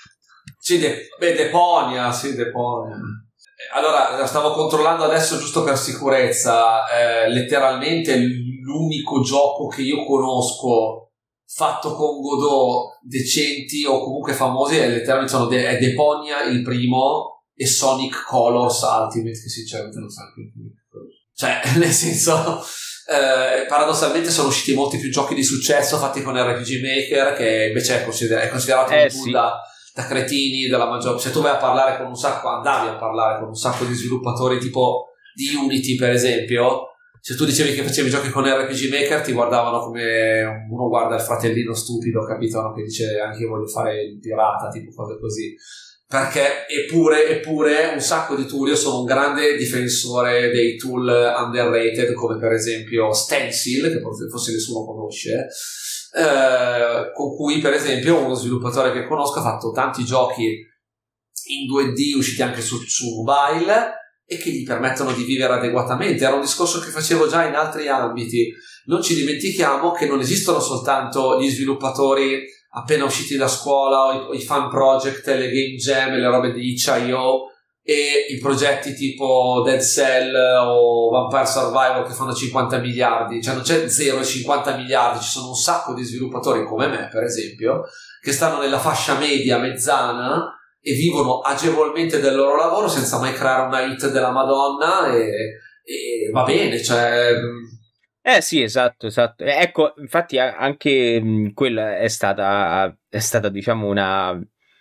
Deponia. Allora, la stavo controllando adesso giusto per sicurezza, letteralmente l'unico gioco che io conosco fatto con Godot decenti o comunque famosi è letteralmente è Deponia il primo e Sonic Colors Ultimate, che sinceramente non so più. Cioè, nel senso, paradossalmente sono usciti molti più giochi di successo fatti con RPG Maker, che invece è considerato un tool da cretini della maggior. Se tu andavi a parlare con un sacco di sviluppatori tipo di Unity, per esempio, se tu dicevi che facevi giochi con RPG Maker ti guardavano come uno guarda il fratellino stupido, capito? No? Che dice anche io voglio fare il pirata, tipo cose così. Perché eppure un sacco di tool, io sono un grande difensore dei tool underrated, come per esempio Stencil, che forse nessuno conosce, con cui per esempio uno sviluppatore che conosco ha fatto tanti giochi in 2D usciti anche su mobile e che gli permettono di vivere adeguatamente. Era un discorso che facevo già in altri ambiti. Non ci dimentichiamo che non esistono soltanto gli sviluppatori appena usciti da scuola, o i fan project, le game jam, le robe di itch.io e i progetti tipo Dead Cell o Vampire Survivor che fanno 50 miliardi. Cioè non c'è 0 e 50 miliardi, ci sono un sacco di sviluppatori come me, per esempio, che stanno nella fascia media, mezzana, e vivono agevolmente del loro lavoro senza mai creare una hit della Madonna, e va bene, cioè... sì, esatto. Ecco, infatti anche quella è stata diciamo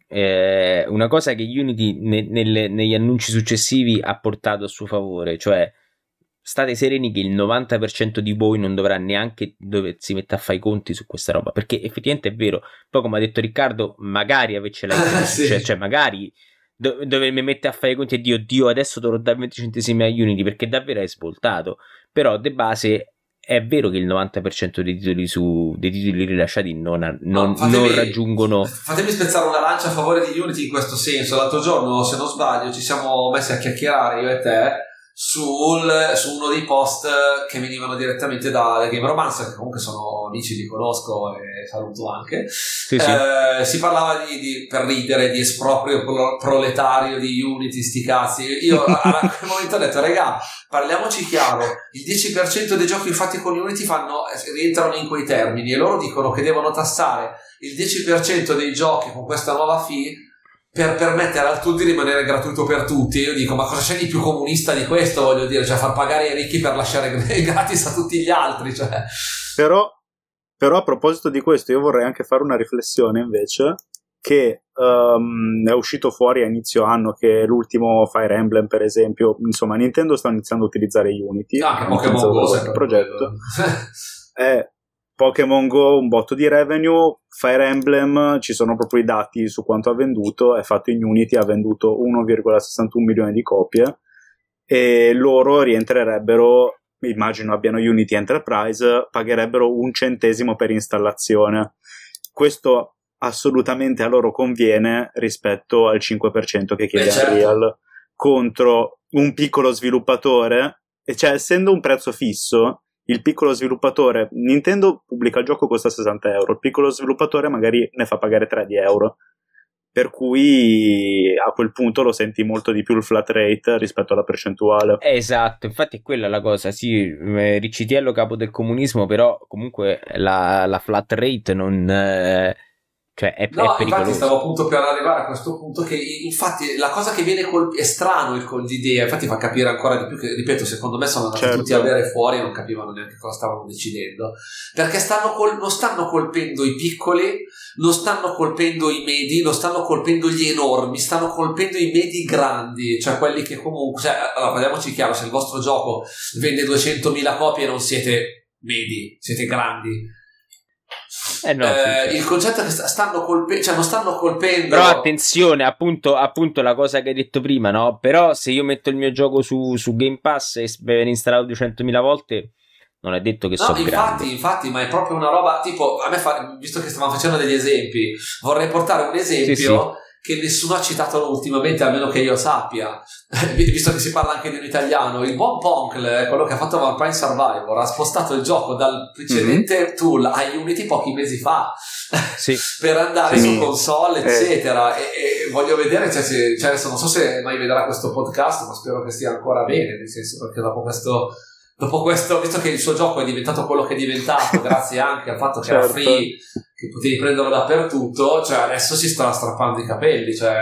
una cosa che Unity negli annunci successivi ha portato a suo favore, cioè state sereni che il 90% di voi non dovrà neanche doversi mettere a fare i conti su questa roba, perché effettivamente è vero. Poi, come ha detto Riccardo, magari avercela sì. cioè magari dovermi mettere a fare i conti e dire oddio adesso dovrò dare 20 centesimi a Unity, perché davvero è svoltato. Però de base è vero che il 90% dei titoli rilasciati non raggiungono. Fatemi spezzare una lancia a favore di Unity in questo senso. L'altro giorno, se non sbaglio, ci siamo messi a chiacchierare io e te su uno dei post che venivano direttamente da Game Romancer, che comunque sono amici, li conosco e saluto anche. Sì. Si parlava per ridere di esproprio proletario di Unity, sti cazzi. Io a quel momento ho detto, raga, parliamoci chiaro, il 10% dei giochi fatti con Unity rientrano in quei termini, e loro dicono che devono tassare il 10% dei giochi con questa nuova fee per permettere al tool di rimanere gratuito per tutti. Io dico, ma cosa c'è di più comunista di questo, voglio dire, cioè far pagare i ricchi per lasciare gratis a tutti gli altri, cioè. Però a proposito di questo io vorrei anche fare una riflessione invece, che è uscito fuori a inizio anno che l'ultimo Fire Emblem, per esempio, insomma Nintendo sta iniziando a utilizzare Unity, anche Pokémon Go questo progetto Pokémon Go un botto di revenue. Fire Emblem, ci sono proprio i dati su quanto ha venduto, è fatto in Unity, ha venduto 1,61 milioni di copie, e loro rientrerebbero, immagino abbiano Unity Enterprise, pagherebbero 1 centesimo per installazione. Questo assolutamente a loro conviene rispetto al 5% che chiede Unreal, contro un piccolo sviluppatore, e cioè essendo un prezzo fisso, il piccolo sviluppatore, Nintendo pubblica il gioco, costa 60 euro, il piccolo sviluppatore magari ne fa pagare 3 euro, per cui a quel punto lo senti molto di più il flat rate rispetto alla percentuale. Esatto, infatti è quella la cosa, sì, Riccitiello capo del comunismo, però comunque la flat rate non... cioè è pericoloso. Infatti stavo appunto per arrivare a questo punto, che infatti la cosa che viene è strano l'idea, infatti fa capire ancora di più che, ripeto, secondo me sono andati tutti a bere fuori e non capivano neanche cosa stavano decidendo, perché non stanno colpendo i piccoli, non stanno colpendo i medi, non stanno colpendo gli enormi, stanno colpendo i medi grandi, cioè quelli che comunque, cioè, allora parliamoci chiaro, se il vostro gioco vende 200.000 copie non siete medi, siete grandi. Il concetto è che stanno colpendo, cioè non stanno colpendo. Però attenzione, appunto la cosa che hai detto prima, no? Però se io metto il mio gioco su Game Pass e viene installato 200.000 volte, non è detto che sono grandi. Infatti, ma è proprio una roba tipo, a me visto che stavamo facendo degli esempi, vorrei portare un esempio che nessuno ha citato ultimamente, almeno che io sappia, visto che si parla anche di un italiano. Il buon Poncle, quello che ha fatto Vampire Survivor, ha spostato il gioco dal precedente tool a Unity pochi mesi fa, per andare su console, eccetera, e voglio vedere, cioè adesso non so se mai vedrà questo podcast, ma spero che stia ancora bene, nel senso, perché dopo questo, visto che il suo gioco è diventato quello che è diventato, grazie anche al fatto che era free, che potevi prenderlo dappertutto, cioè adesso si sta strappando i capelli, cioè.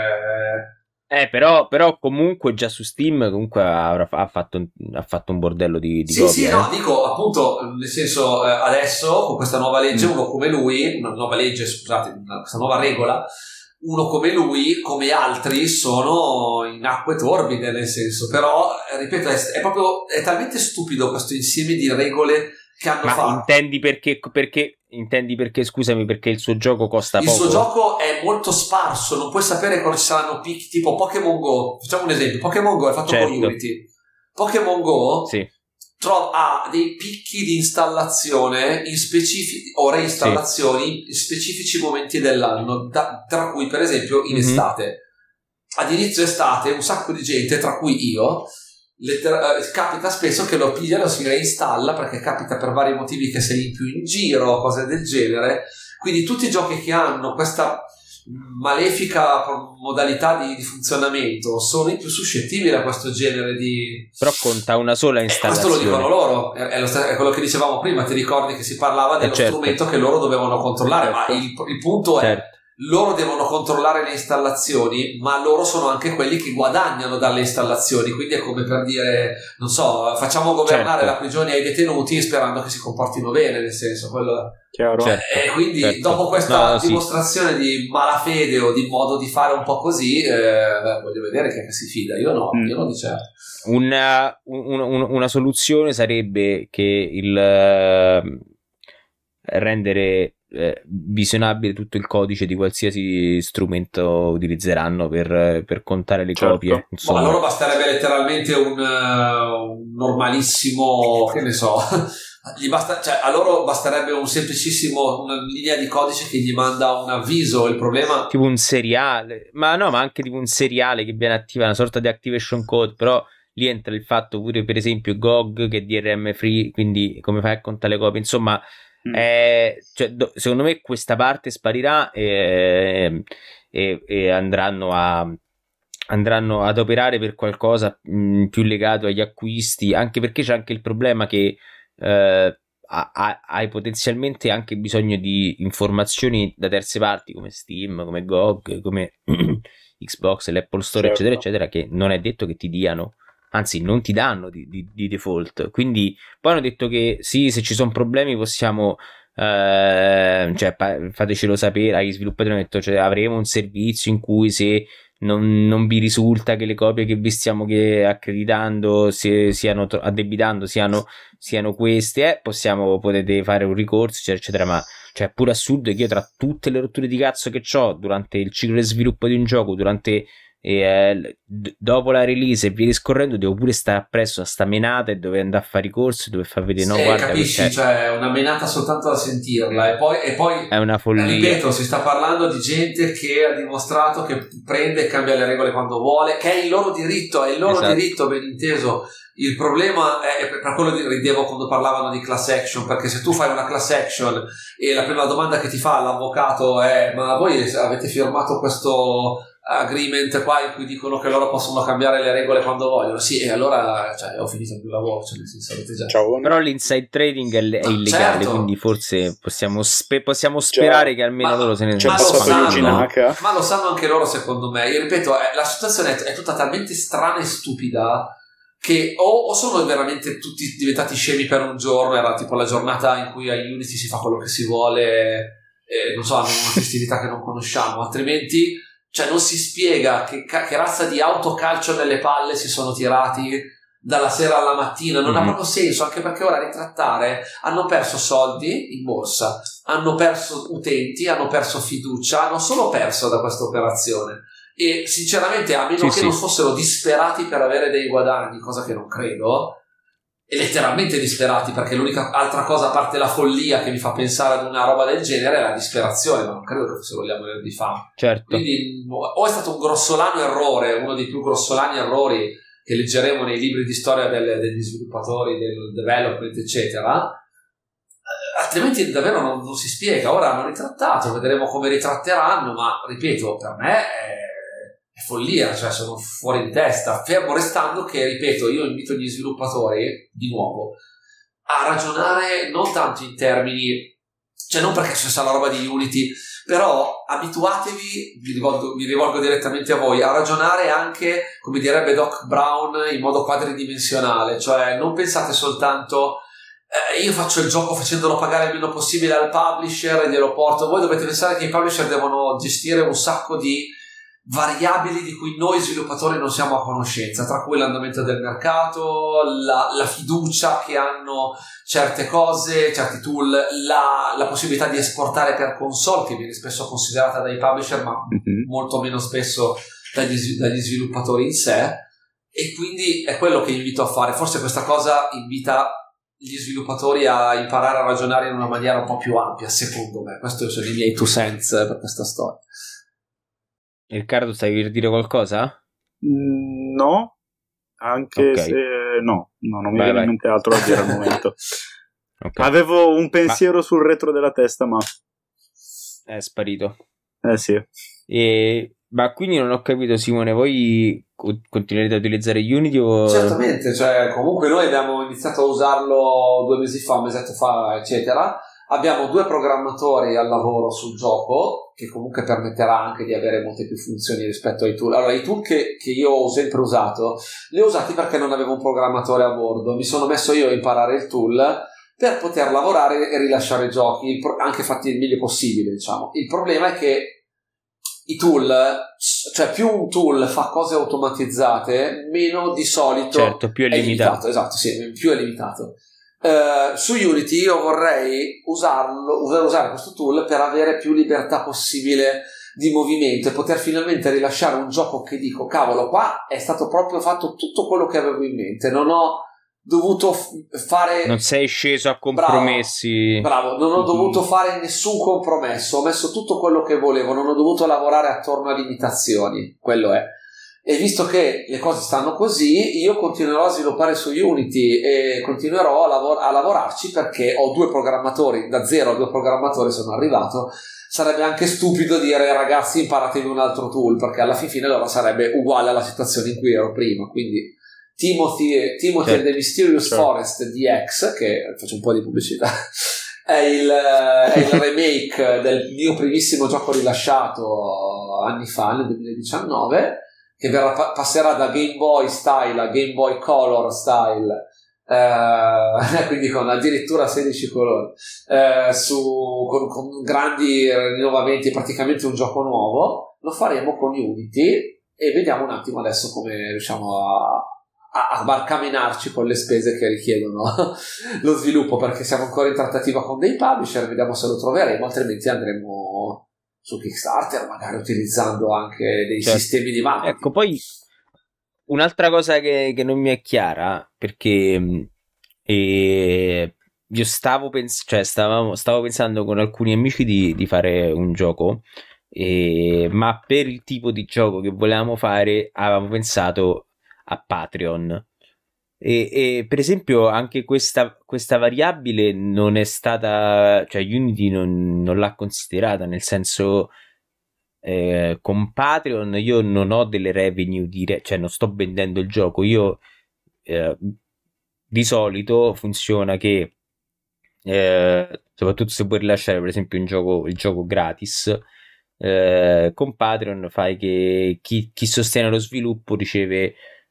Però comunque già su Steam comunque ha fatto un bordello di copie. Sì, no, dico appunto, nel senso, adesso con questa nuova legge, uno come lui, questa nuova regola, uno come lui, come altri, sono in acque torbide, nel senso, però, ripeto, è talmente stupido questo insieme di regole che hanno fatto. Intendi perché, scusami, perché il suo gioco costa poco? Il suo gioco è molto sparso, non puoi sapere quando ci saranno picchi, tipo Pokémon Go. Facciamo un esempio, Pokémon Go è fatto con Unity. Pokémon Go ha dei picchi di installazione o reinstallazioni in specifici momenti dell'anno, tra cui per esempio in estate. Ad inizio estate un sacco di gente, tra cui io, capita spesso che lo piglia e lo si reinstalla, perché capita per vari motivi che sei più in giro, cose del genere. Quindi tutti i giochi che hanno questa malefica modalità di funzionamento sono i più suscettibili a questo genere di. Però conta una sola installazione. Questo lo dicono loro, è quello che dicevamo prima. Ti ricordi che si parlava dello strumento che loro dovevano controllare, ma il punto è loro devono controllare le installazioni, ma loro sono anche quelli che guadagnano dalle installazioni, quindi è come per dire, non so, facciamo governare la prigione ai detenuti sperando che si comportino bene, nel senso, quello chiaro. E quindi dopo questa dimostrazione di malafede o di modo di fare un po' così, voglio vedere che si fida. Io no di certo. Una soluzione sarebbe che il rendere visionabile tutto il codice di qualsiasi strumento utilizzeranno per contare le copie. Ma a loro basterebbe letteralmente un normalissimo, che ne so, a loro basterebbe un semplicissimo, una linea di codice che gli manda un avviso. Il problema tipo un seriale, ma anche tipo un seriale che viene attiva, una sorta di activation code, però lì entra il fatto pure, per esempio, GOG che è DRM free, quindi come fai a contare le copie, insomma. Secondo me questa parte sparirà e andranno ad operare per qualcosa più legato agli acquisti, anche perché c'è anche il problema che hai potenzialmente anche bisogno di informazioni da terze parti come Steam, come GOG, come Xbox, l'Apple Store, eccetera eccetera, che non è detto che ti diano, anzi non ti danno di default. Quindi poi hanno detto che sì, se ci sono problemi possiamo fatecelo sapere agli sviluppatori. Hanno detto, avremo un servizio in cui se non vi risulta che le copie che vi stiamo accreditando siano addebitando siano queste, potete fare un ricorso, eccetera eccetera. Ma è pure assurdo che io, tra tutte le rotture di cazzo che ho durante il ciclo di sviluppo di un gioco, dopo la release e via discorrendo, devo pure stare appresso a sta menata e dove andare a fare ricorso, dove far vedere guarda, capisci, cioè una menata soltanto da sentirla e poi è una follia. Ripeto, si sta parlando di gente che ha dimostrato che prende e cambia le regole quando vuole, che è il loro diritto, diritto, ben inteso. Il problema è per quello che ridevo quando parlavano di class action, perché se tu fai una class action e la prima domanda che ti fa l'avvocato è: ma voi avete firmato questo agreement qua in cui dicono che loro possono cambiare le regole quando vogliono? Sì, e allora ho finito il mio lavoro, nel senso, avete già. Però l'inside trading è illegale, certo. Quindi forse possiamo sperare che almeno loro se ne ma lo sanno anche loro, secondo me. Io ripeto, la situazione è tutta talmente strana e stupida che o sono veramente tutti diventati scemi per un giorno, era tipo la giornata in cui a Unity si fa quello che si vuole, non so, hanno una festività che non conosciamo, altrimenti non si spiega che razza di autocalcio nelle palle si sono tirati dalla sera alla mattina. Non ha proprio senso, anche perché ora ritrattare, hanno perso soldi in borsa, hanno perso utenti, hanno perso fiducia, hanno solo perso da questa operazione. E sinceramente, a meno che non fossero disperati per avere dei guadagni, cosa che non credo, e letteralmente disperati, perché l'unica altra cosa a parte la follia che mi fa pensare ad una roba del genere è la disperazione, ma non credo che se vogliamo venire di fame. Certo. Quindi o è stato un grossolano errore, uno dei più grossolani errori che leggeremo nei libri di storia degli sviluppatori, del development, eccetera, altrimenti davvero non si spiega. Ora hanno ritrattato, vedremo come ritratteranno, ma ripeto, per me è follia, sono fuori di testa, fermo restando che, ripeto, io invito gli sviluppatori di nuovo a ragionare non tanto in termini, non perché c'è la roba di Unity, però abituatevi, mi rivolgo direttamente a voi, a ragionare anche, come direbbe Doc Brown, in modo quadridimensionale, cioè non pensate soltanto io faccio il gioco facendolo pagare il meno possibile al publisher e glielo porto. Voi dovete pensare che i publisher devono gestire un sacco di variabili di cui noi sviluppatori non siamo a conoscenza, tra cui l'andamento del mercato, la fiducia che hanno certe cose, certi tool, la possibilità di esportare per console, che viene spesso considerata dai publisher ma molto meno spesso dagli sviluppatori in sé. E quindi è quello che invito a fare. Forse questa cosa invita gli sviluppatori a imparare a ragionare in una maniera un po' più ampia, secondo me. Questo sono i miei 2 cents per questa storia. Riccardo, stavi per dire qualcosa? No, anche se no, non mi viene in mente altro da dire al momento. Avevo un pensiero sul retro della testa, ma è sparito. Sì. Ma quindi non ho capito, Simone, voi continuerete a utilizzare Unity o... Certamente, comunque noi abbiamo iniziato a usarlo 2 mesi fa, un mesetto fa, eccetera. Abbiamo 2 programmatori al lavoro sul gioco, che comunque permetterà anche di avere molte più funzioni rispetto ai tool. Allora, i tool che io ho sempre usato, li ho usati perché non avevo un programmatore a bordo. Mi sono messo io a imparare il tool per poter lavorare e rilasciare giochi, anche fatti il meglio possibile, diciamo. Il problema è che i tool, cioè più un tool fa cose automatizzate, meno di solito certo, più è limitato. Esatto, sì, più è limitato. Su Unity io vorrei usare questo tool per avere più libertà possibile di movimento e poter finalmente rilasciare un gioco che dico, cavolo, qua è stato proprio fatto tutto quello che avevo in mente, non ho dovuto fare... Non sei sceso a compromessi. Bravo, non ho dovuto fare nessun compromesso, ho messo tutto quello che volevo, non ho dovuto lavorare attorno a limitazioni, quello è. E visto che le cose stanno così, io continuerò a sviluppare su Unity e continuerò a lavorarci, perché ho 2 programmatori, da 0 a 2 programmatori sono arrivato. Sarebbe anche stupido dire ragazzi imparatevi un altro tool, perché alla fine allora sarebbe uguale alla situazione in cui ero prima. Quindi Timothy certo. and the Mysterious Forest DX, che faccio un po' di pubblicità, è il remake del mio primissimo gioco rilasciato anni fa, nel 2019, che passerà da Game Boy Style a Game Boy Color Style, quindi con addirittura 16 colori, con grandi rinnovamenti, praticamente un gioco nuovo. Lo faremo con Unity e vediamo un attimo adesso come riusciamo a barcamenarci con le spese che richiedono lo sviluppo, perché siamo ancora in trattativa con dei publisher, vediamo se lo troveremo, altrimenti andremo su Kickstarter, magari utilizzando anche dei sistemi di marketing. Ecco, poi un'altra cosa che non mi è chiara, perché io stavo pensando con alcuni amici di fare un gioco, ma per il tipo di gioco che volevamo fare avevamo pensato a Patreon. E per esempio anche questa variabile non è stata, cioè Unity non l'ha considerata, nel senso, con Patreon io non ho delle revenue cioè non sto vendendo il gioco. Io di solito funziona che soprattutto se vuoi rilasciare per esempio il gioco gratis, con Patreon fai che chi sostiene lo sviluppo riceve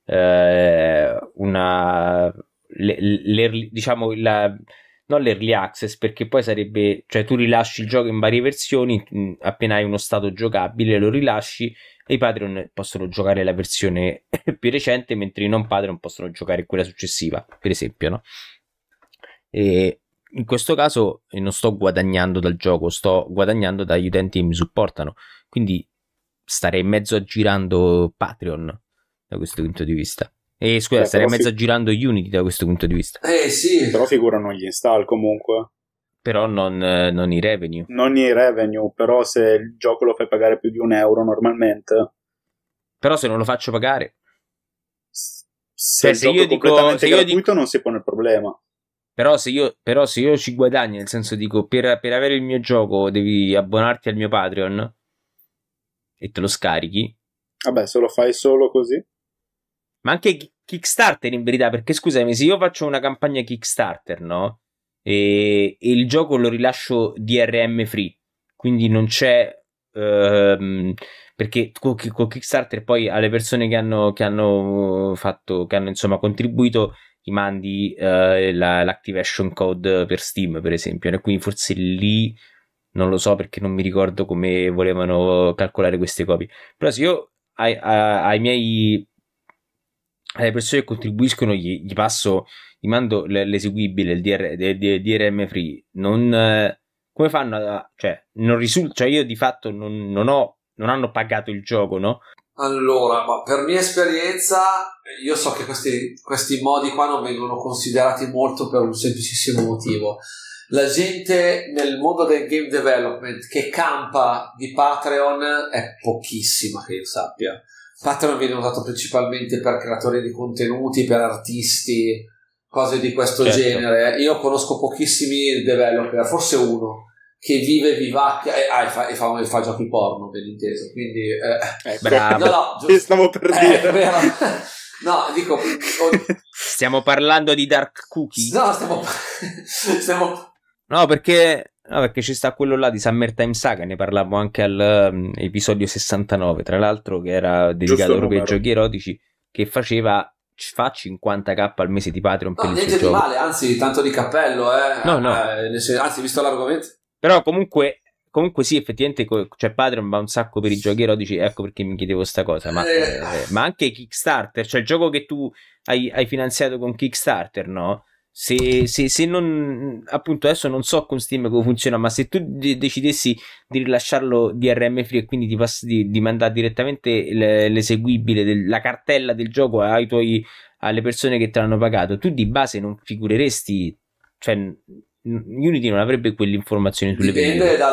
diciamo non l'early access, perché poi sarebbe, cioè tu rilasci il gioco in varie versioni, appena hai uno stato giocabile lo rilasci e i Patreon possono giocare la versione più recente, mentre i non Patreon possono giocare quella successiva, per esempio, no? E in questo caso non sto guadagnando dal gioco, sto guadagnando dagli utenti che mi supportano, quindi starei in mezzo aggirando Patreon da questo punto di vista. E scusa, starei in mezzo aggirando Unity da questo punto di vista. Sì. Però figurano gli install comunque. Però non i revenue. Non i revenue, però se il gioco lo fai pagare più di €1 normalmente. Però se non lo faccio pagare, se il gioco è completamente gratuito non si pone il problema. Però se io ci guadagno, nel senso dico, per avere il mio gioco devi abbonarti al mio Patreon e te lo scarichi. Vabbè, se lo fai solo così. Ma anche Kickstarter in verità, perché scusami, se io faccio una campagna Kickstarter, no? E il gioco lo rilascio DRM free, quindi non c'è perché con Kickstarter poi alle persone che hanno insomma contribuito gli mandi l'activation code per Steam, per esempio, e quindi forse lì non lo so, perché non mi ricordo come volevano calcolare queste copie. Però se io alle persone che contribuiscono gli mando l'eseguibile, il DRM free, come fanno cioè non risulta, cioè io di fatto non hanno pagato il gioco, no? Allora, ma per mia esperienza io so che questi modi qua non vengono considerati molto, per un semplicissimo motivo: la gente nel mondo del game development che campa di Patreon è pochissima, che io sappia. Patreon viene usato principalmente per creatori di contenuti, per artisti, cose di questo genere. Io conosco pochissimi developer, forse uno che vive vivacchia e fa giochi porno, ben inteso. Quindi bravo. No, stavo per dire. No, dico stiamo parlando di Dark Cookie? No, stiamo No, perché ci sta quello là di Summertime Saga, ne parlavamo anche all'episodio 69, tra l'altro, che era dedicato proprio ai giochi erotici, che fa 50k al mese di Patreon per il suo niente gioco. di male, anzi, tanto di cappello, No. Anzi, visto l'argomento. Però comunque sì, effettivamente cioè Patreon va un sacco per i giochi erotici, ecco perché mi chiedevo sta cosa, ma anche Kickstarter, cioè il gioco che tu hai finanziato con Kickstarter, no? Se non, appunto, adesso non so con Steam come funziona, ma se tu decidessi di rilasciarlo DRM free e quindi di mandare direttamente l'eseguibile, la cartella del gioco alle persone che te l'hanno pagato, tu di base non figureresti, cioè Unity non avrebbe quelle informazioni sulle vendite. Dipende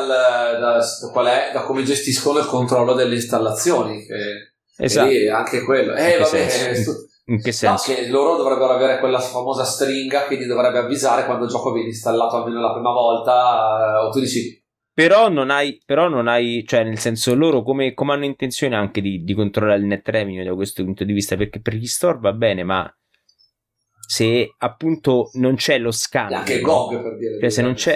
da come gestiscono il controllo delle installazioni, esatto. E anche quello. In che senso? No, che loro dovrebbero avere quella famosa stringa che ti dovrebbe avvisare quando il gioco viene installato almeno la prima volta, o tu dici. Però non hai, cioè nel senso, loro come hanno intenzione anche di controllare il net revenue da questo punto di vista, perché per gli store va bene, ma se appunto non c'è lo scambio, anche GOG, per dire, cioè se non c'è,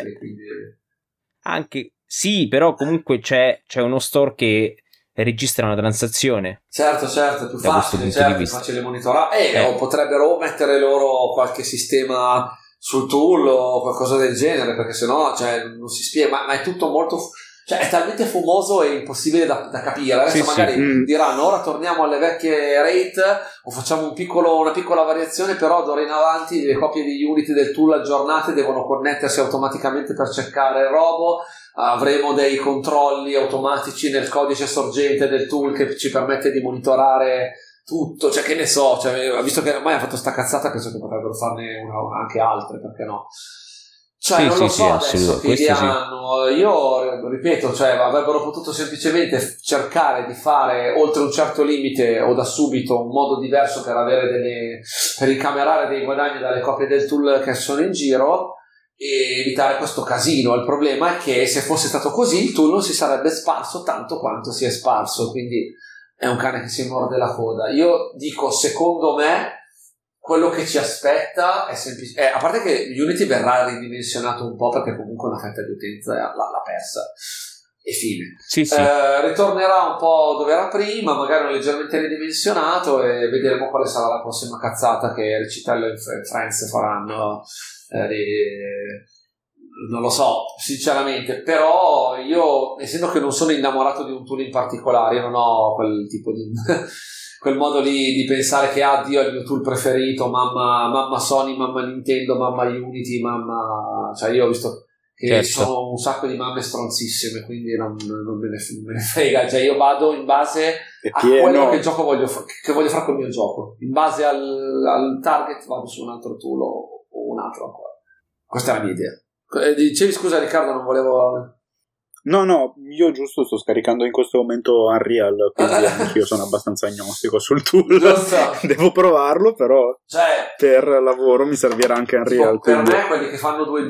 anche sì, però comunque c'è uno store che registra una transazione. Certo, è più facile monitorare. O potrebbero mettere loro qualche sistema sul tool o qualcosa del genere, perché sennò non si spiega, ma è tutto molto, cioè è talmente fumoso e impossibile da capire. Adesso magari diranno ora torniamo alle vecchie rate o facciamo una piccola variazione, però d'ora in avanti le copie di Unity del tool aggiornate devono connettersi automaticamente per checkare il robo. Avremo dei controlli automatici nel codice sorgente del tool che ci permette di monitorare tutto, cioè che ne so, visto che ormai ha fatto sta cazzata, penso che potrebbero farne anche altre, perché no? Cioè non lo so adesso che idea hanno. Io ripeto, avrebbero potuto semplicemente cercare di fare oltre un certo limite o da subito un modo diverso per avere per incamerare dei guadagni dalle copie del tool che sono in giro e evitare questo casino. Il problema è che se fosse stato così il tool non si sarebbe sparso tanto quanto si è sparso, quindi è un cane che si morde la coda. Io dico, secondo me quello che ci aspetta è semplice, a parte che Unity verrà ridimensionato un po', perché comunque una fetta di utenza l'ha persa e fine. Sì. Ritornerà un po' dove era prima, magari leggermente ridimensionato, e vedremo quale sarà la prossima cazzata che Recitello e Friends faranno. Non lo so sinceramente, però io, essendo che non sono innamorato di un tool in particolare, io non ho quel tipo di quel modo lì di pensare che Dio è il mio tool preferito, mamma Sony, mamma Nintendo, mamma Unity, io ho visto che ci sono un sacco di mamme stronzissime, quindi non me ne frega, io vado in base a quello che gioco voglio fare col mio gioco, in base al target vado su un altro tool o un altro ancora. Questa è la mia idea. Dicevi, scusa Riccardo, non volevo. No, io giusto sto scaricando in questo momento Unreal, quindi anch'io sono abbastanza agnostico sul tool. Devo provarlo, però per lavoro mi servirà anche Unreal. Per me, quelli che fanno 2D,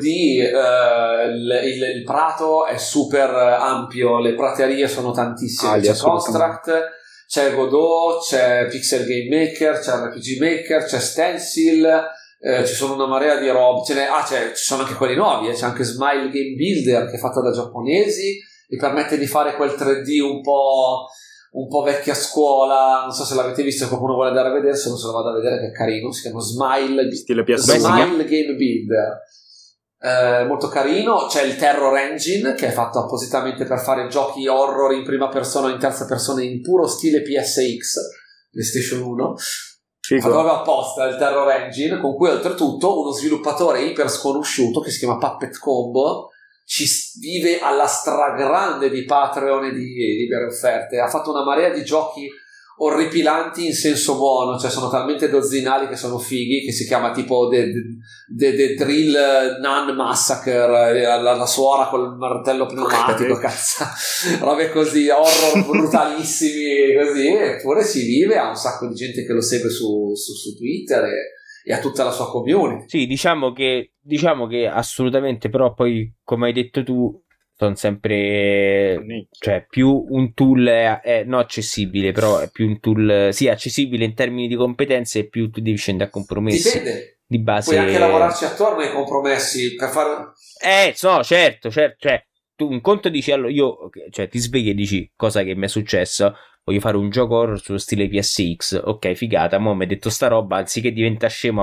il prato è super ampio, le praterie sono tantissime. C'è Construct, c'è Godot, c'è Pixel Game Maker, c'è RPG Maker, c'è Stencil. Ci sono una marea di robe, ci sono anche quelli nuovi, c'è anche Smile Game Builder che è fatto da giapponesi e permette di fare quel 3D un po' vecchia scuola. Non so se l'avete visto, se qualcuno vuole andare a vedere, se non se lo vado a vedere, che è carino, si chiama Smile Game Builder, molto carino. C'è il Terror Engine che è fatto appositamente per fare giochi horror in prima persona o in terza persona in puro stile PSX, PlayStation 1. Fatto proprio apposta il Terror Engine, con cui oltretutto uno sviluppatore iper sconosciuto che si chiama Puppet Combo ci vive alla stragrande di Patreon e di libere offerte. Ha fatto una marea di giochi orripilanti in senso buono, sono talmente dozzinali che sono fighi, che si chiama tipo The Drill Nun Massacre, la suora col martello pneumatico, cazzo, robe così, horror brutalissimi così, eppure si vive, ha un sacco di gente che lo segue su Twitter e ha tutta la sua community. Sì, diciamo che assolutamente, però poi come hai detto tu sono sempre, più un tool è non accessibile, però è più un tool accessibile in termini di competenze, e più tu devi scendere a compromessi. di base puoi anche lavorarci attorno ai compromessi per fare no, certo, cioè tu un conto dici, allora io, cioè ti svegli e dici cosa che mi è successo, voglio fare un gioco horror sullo stile PSX, ok, figata, mo mi hai detto sta roba, anziché diventa scemo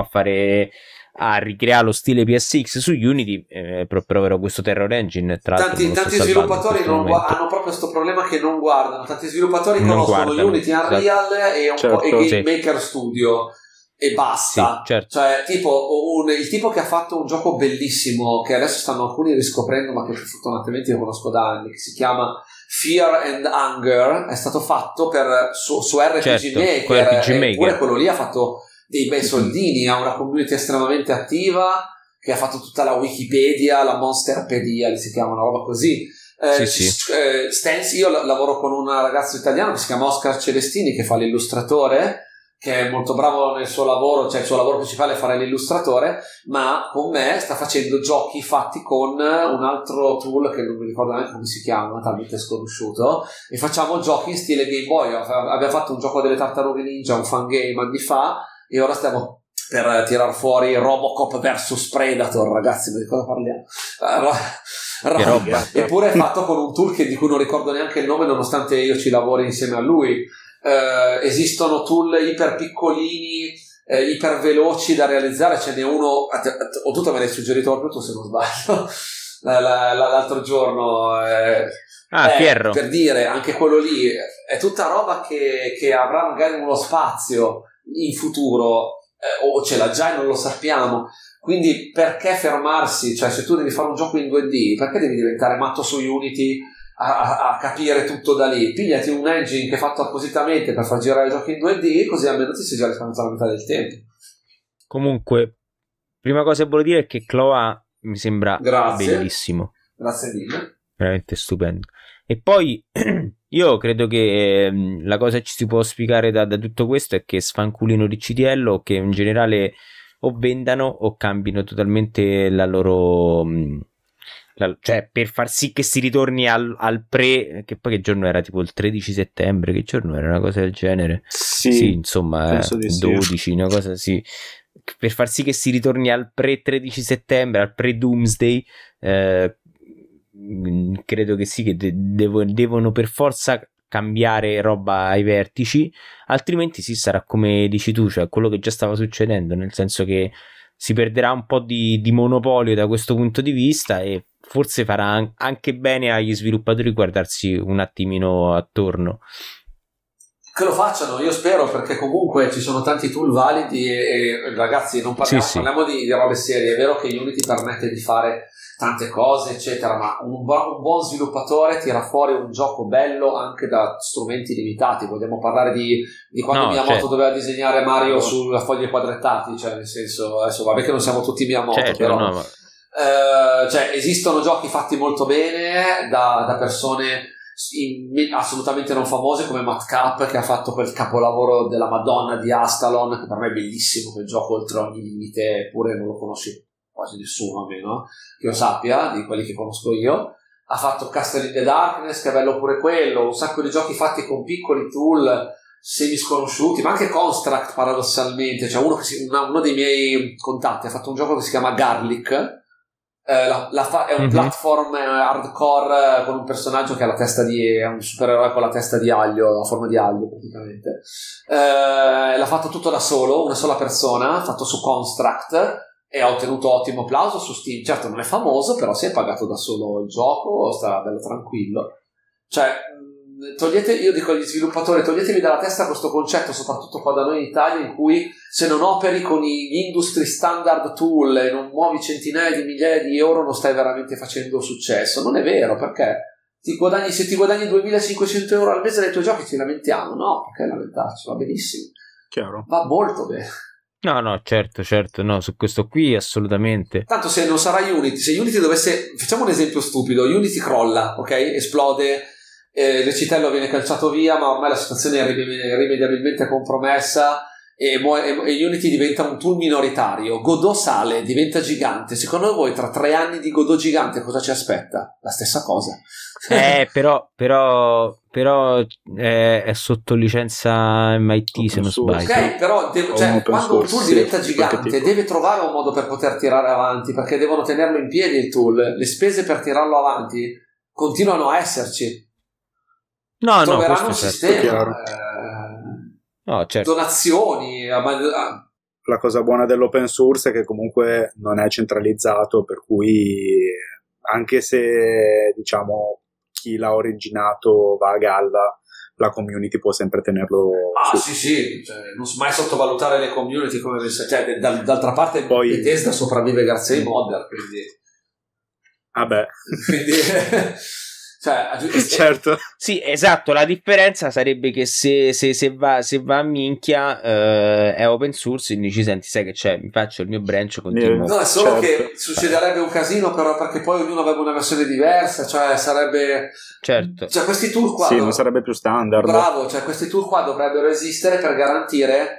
a ricreare lo stile PSX su Unity, proverò questo Terror Engine. Tra tanti sviluppatori hanno proprio questo problema che non guardano, tanti sviluppatori conoscono Unity, Unreal e Game Maker Studio e basta, sì, certo. Cioè tipo il tipo che ha fatto un gioco bellissimo che adesso stanno alcuni riscoprendo ma che fortunatamente io conosco da anni, che si chiama Fear and Hunger, è stato fatto su RPG Maker, eppure quello lì ha fatto dei bei soldini, ha una community estremamente attiva che ha fatto tutta la Wikipedia, la Monsterpedia, si chiama una roba così. Stencil, io lavoro con un ragazzo italiano che si chiama Oscar Celestini, che fa l'illustratore, che è molto bravo nel suo lavoro, cioè il suo lavoro principale è fare l'illustratore, ma con me sta facendo giochi fatti con un altro tool che non mi ricordo neanche come si chiama, talmente sconosciuto, e facciamo giochi in stile Game Boy. Abbiamo fatto un gioco delle Tartarughe Ninja, un fan game anni fa, e ora stiamo per tirar fuori Robocop vs Predator, ragazzi, di cosa parliamo? Eppure è fatto con un tool di cui non ricordo neanche il nome, nonostante io ci lavori insieme a lui. Esistono tool iper piccolini, iper veloci da realizzare, ce n'è uno, ho tutto me l'hai suggerito proprio tu se non sbaglio l'altro giorno, Fierro, per dire, anche quello lì è tutta roba che avrà magari uno spazio in futuro, o ce l'ha già e non lo sappiamo. Quindi perché fermarsi? Cioè, se tu devi fare un gioco in 2D, perché devi diventare matto su Unity a capire tutto da lì? Pigliati un engine che è fatto appositamente per far girare i giochi in 2D, così almeno ti sei già risparmiato la metà del tempo. Comunque, prima cosa che volevo dire è che Cloa mi sembra bellissimo. Grazie mille. Veramente stupendo. E poi io credo che la cosa che ci si può spiegare da tutto questo è che sfanculino Riccitiello, o che in generale o vendano o cambino totalmente la loro... cioè per far sì che si ritorni al pre, che poi che giorno era, tipo il 13 settembre, che giorno era, una cosa del genere, sì insomma 12 sì. Una cosa sì, per far sì che si ritorni al pre 13 settembre, al pre Doomsday, credo che sì, che devono per forza cambiare roba ai vertici, altrimenti sì, sarà come dici tu, cioè quello che già stava succedendo, nel senso che si perderà un po' di monopolio da questo punto di vista, e forse farà anche bene agli sviluppatori guardarsi un attimino attorno. Che lo facciano, io spero, perché comunque ci sono tanti tool validi e ragazzi, non parliamo di robe serie. È vero che Unity permette di fare tante cose eccetera, ma un buon sviluppatore tira fuori un gioco bello anche da strumenti limitati. Vogliamo parlare di quando Miyamoto doveva disegnare Mario sulla foglie quadrettati, cioè nel senso, adesso vabbè che non siamo tutti Miyamoto, però cioè esistono giochi fatti molto bene da persone assolutamente non famose, come Matt Cap, che ha fatto quel capolavoro della Madonna di Astalon, che per me è bellissimo, quel gioco oltre ogni limite, eppure non lo conosci quasi nessuno, almeno che io sappia, di quelli che conosco io. Ha fatto Castle in the Darkness, che è bello pure quello, un sacco di giochi fatti con piccoli tool semi sconosciuti, ma anche Construct paradossalmente, cioè uno dei miei contatti ha fatto un gioco che si chiama Garlic. È un platform hardcore con un personaggio che ha la testa è un supereroe con la testa di aglio, la forma di aglio praticamente. L'ha fatto tutto da solo, una sola persona, fatto su Construct, e ha ottenuto ottimo applauso su Steam. Certo non è famoso, però si è pagato da solo il gioco, sta bello tranquillo. Cioè io dico agli sviluppatori, toglietevi dalla testa questo concetto, soprattutto qua da noi in Italia, in cui se non operi con gli industry standard tool e non muovi centinaia di migliaia di euro non stai veramente facendo successo. Non è vero, perché se ti guadagni 2.500 euro al mese dai tuoi giochi ti lamentiamo? No, perché lamentarci? Va benissimo, chiaro, va molto bene. No, certo, no, su questo qui assolutamente. Tanto se non sarà Unity, se Unity dovesse, facciamo un esempio stupido, Unity crolla, ok? Esplode, Riccitiello viene calciato via, ma ormai la situazione è irrimediabilmente compromessa e Unity diventa un tool minoritario, Godot sale, diventa gigante. Secondo voi tra 3 anni di Godot gigante cosa ci aspetta? La stessa cosa. Però è sotto licenza MIT, se non sbaglio. Ok, però quando un tool diventa gigante deve trovare un modo per poter tirare avanti, perché devono tenerlo in piedi il tool. Le spese per tirarlo avanti continuano a esserci. Troveranno un sistema, certo. donazioni. La cosa buona dell'open source è che comunque non è centralizzato, per cui anche se diciamo chi l'ha originato va a galla, la community può sempre tenerlo su. Sì, cioè, non mai sottovalutare le community, come d'altra parte poi Bethesda sopravvive grazie ai modder, quindi certo. Sì, esatto, la differenza sarebbe che se va a minchia è open source, quindi ci senti, sai che c'è, mi faccio il mio branch, continuo. No, è solo che succederebbe un casino, però, perché poi ognuno avrebbe una versione diversa, cioè sarebbe... Certo. Cioè questi tool qua... Sì, non sarebbe più standard. Bravo, cioè questi tool qua dovrebbero esistere per garantire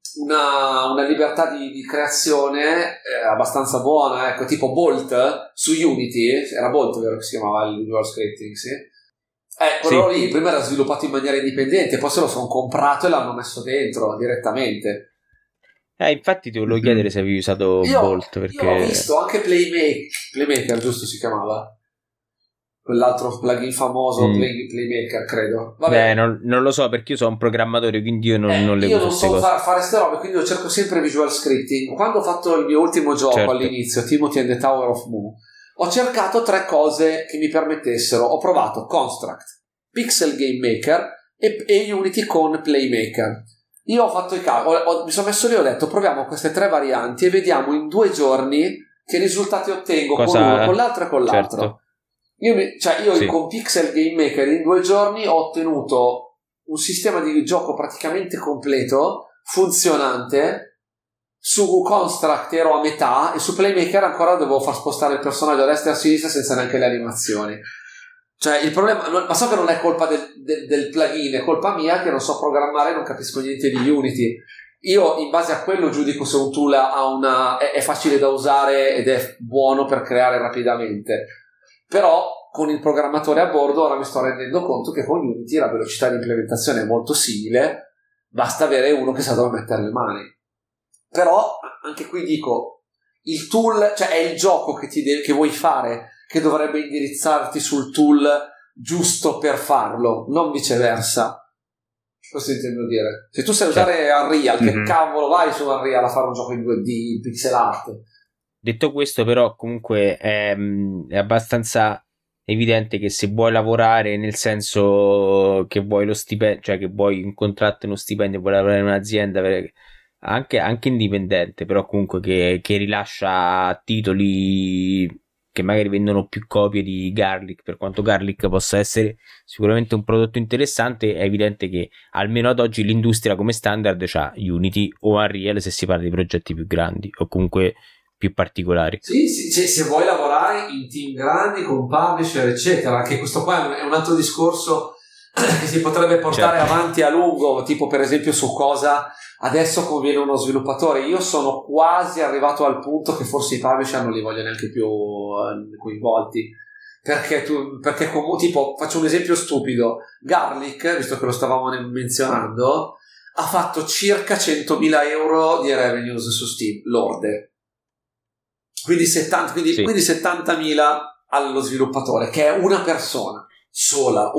una libertà di creazione abbastanza buona, ecco, tipo Bolt su Unity, era Bolt vero che si chiamava il visual scripting, sì? Quello lì prima era sviluppato in maniera indipendente, poi se lo sono comprato e l'hanno messo dentro direttamente. Infatti ti volevo chiedere se avevi usato Bolt, perché io ho visto anche Playmaker, giusto si chiamava? Quell'altro plugin famoso, Playmaker, credo. Vabbè. Non lo so, perché io sono un programmatore, quindi io non le uso. Io non so fare ste robe, quindi io cerco sempre visual scripting. Quando ho fatto il mio ultimo gioco all'inizio, Timothy and the Tower of Mu, ho cercato 3 cose che mi permettessero. Ho provato Construct, Pixel Game Maker e Unity con Playmaker. Io ho fatto mi sono messo lì e ho detto proviamo queste 3 varianti e vediamo in 2 giorni che risultati ottengo con uno, con l'altro e con l'altro. Certo. Io con Pixel Game Maker in 2 giorni ho ottenuto un sistema di gioco praticamente completo, funzionante. Su Construct ero a metà e su Playmaker ancora dovevo far spostare il personaggio a destra e a sinistra senza neanche le animazioni. Cioè il problema, ma so che non è colpa del plugin, è colpa mia che non so programmare e non capisco niente di Unity. Io in base a quello giudico se un tool è facile da usare ed è buono per creare rapidamente. Però con il programmatore a bordo ora mi sto rendendo conto che con Unity la velocità di implementazione è molto simile, basta avere uno che sa dove mettere le mani. Però anche qui dico, il tool, cioè è il gioco che vuoi fare che dovrebbe indirizzarti sul tool giusto per farlo, non viceversa. Questo intendo dire. Se tu sai usare Unreal, che cavolo vai su Unreal a fare un gioco in 2D, pixel art? Detto questo, però, comunque è abbastanza evidente che se vuoi lavorare, nel senso che vuoi lo stipendio, cioè che vuoi un contratto e uno stipendio, vuoi lavorare in un'azienda anche indipendente, però comunque che rilascia titoli che magari vendono più copie di Garlic, per quanto Garlic possa essere sicuramente un prodotto interessante, è evidente che almeno ad oggi l'industria come standard c'ha Unity o Unreal se si parla di progetti più grandi o comunque più particolari. Sì, se vuoi lavorare in team grandi con publisher eccetera, anche questo qua è un altro discorso che si potrebbe portare avanti a lungo, tipo per esempio su cosa adesso conviene uno sviluppatore. Io sono quasi arrivato al punto che forse i publisher non li voglio neanche più coinvolti, perché tipo faccio un esempio stupido, Garlic, visto che lo stavamo menzionando, ha fatto circa 100.000 euro di revenues su Steam lorde. Quindi 70.000 allo sviluppatore, che è una persona sola,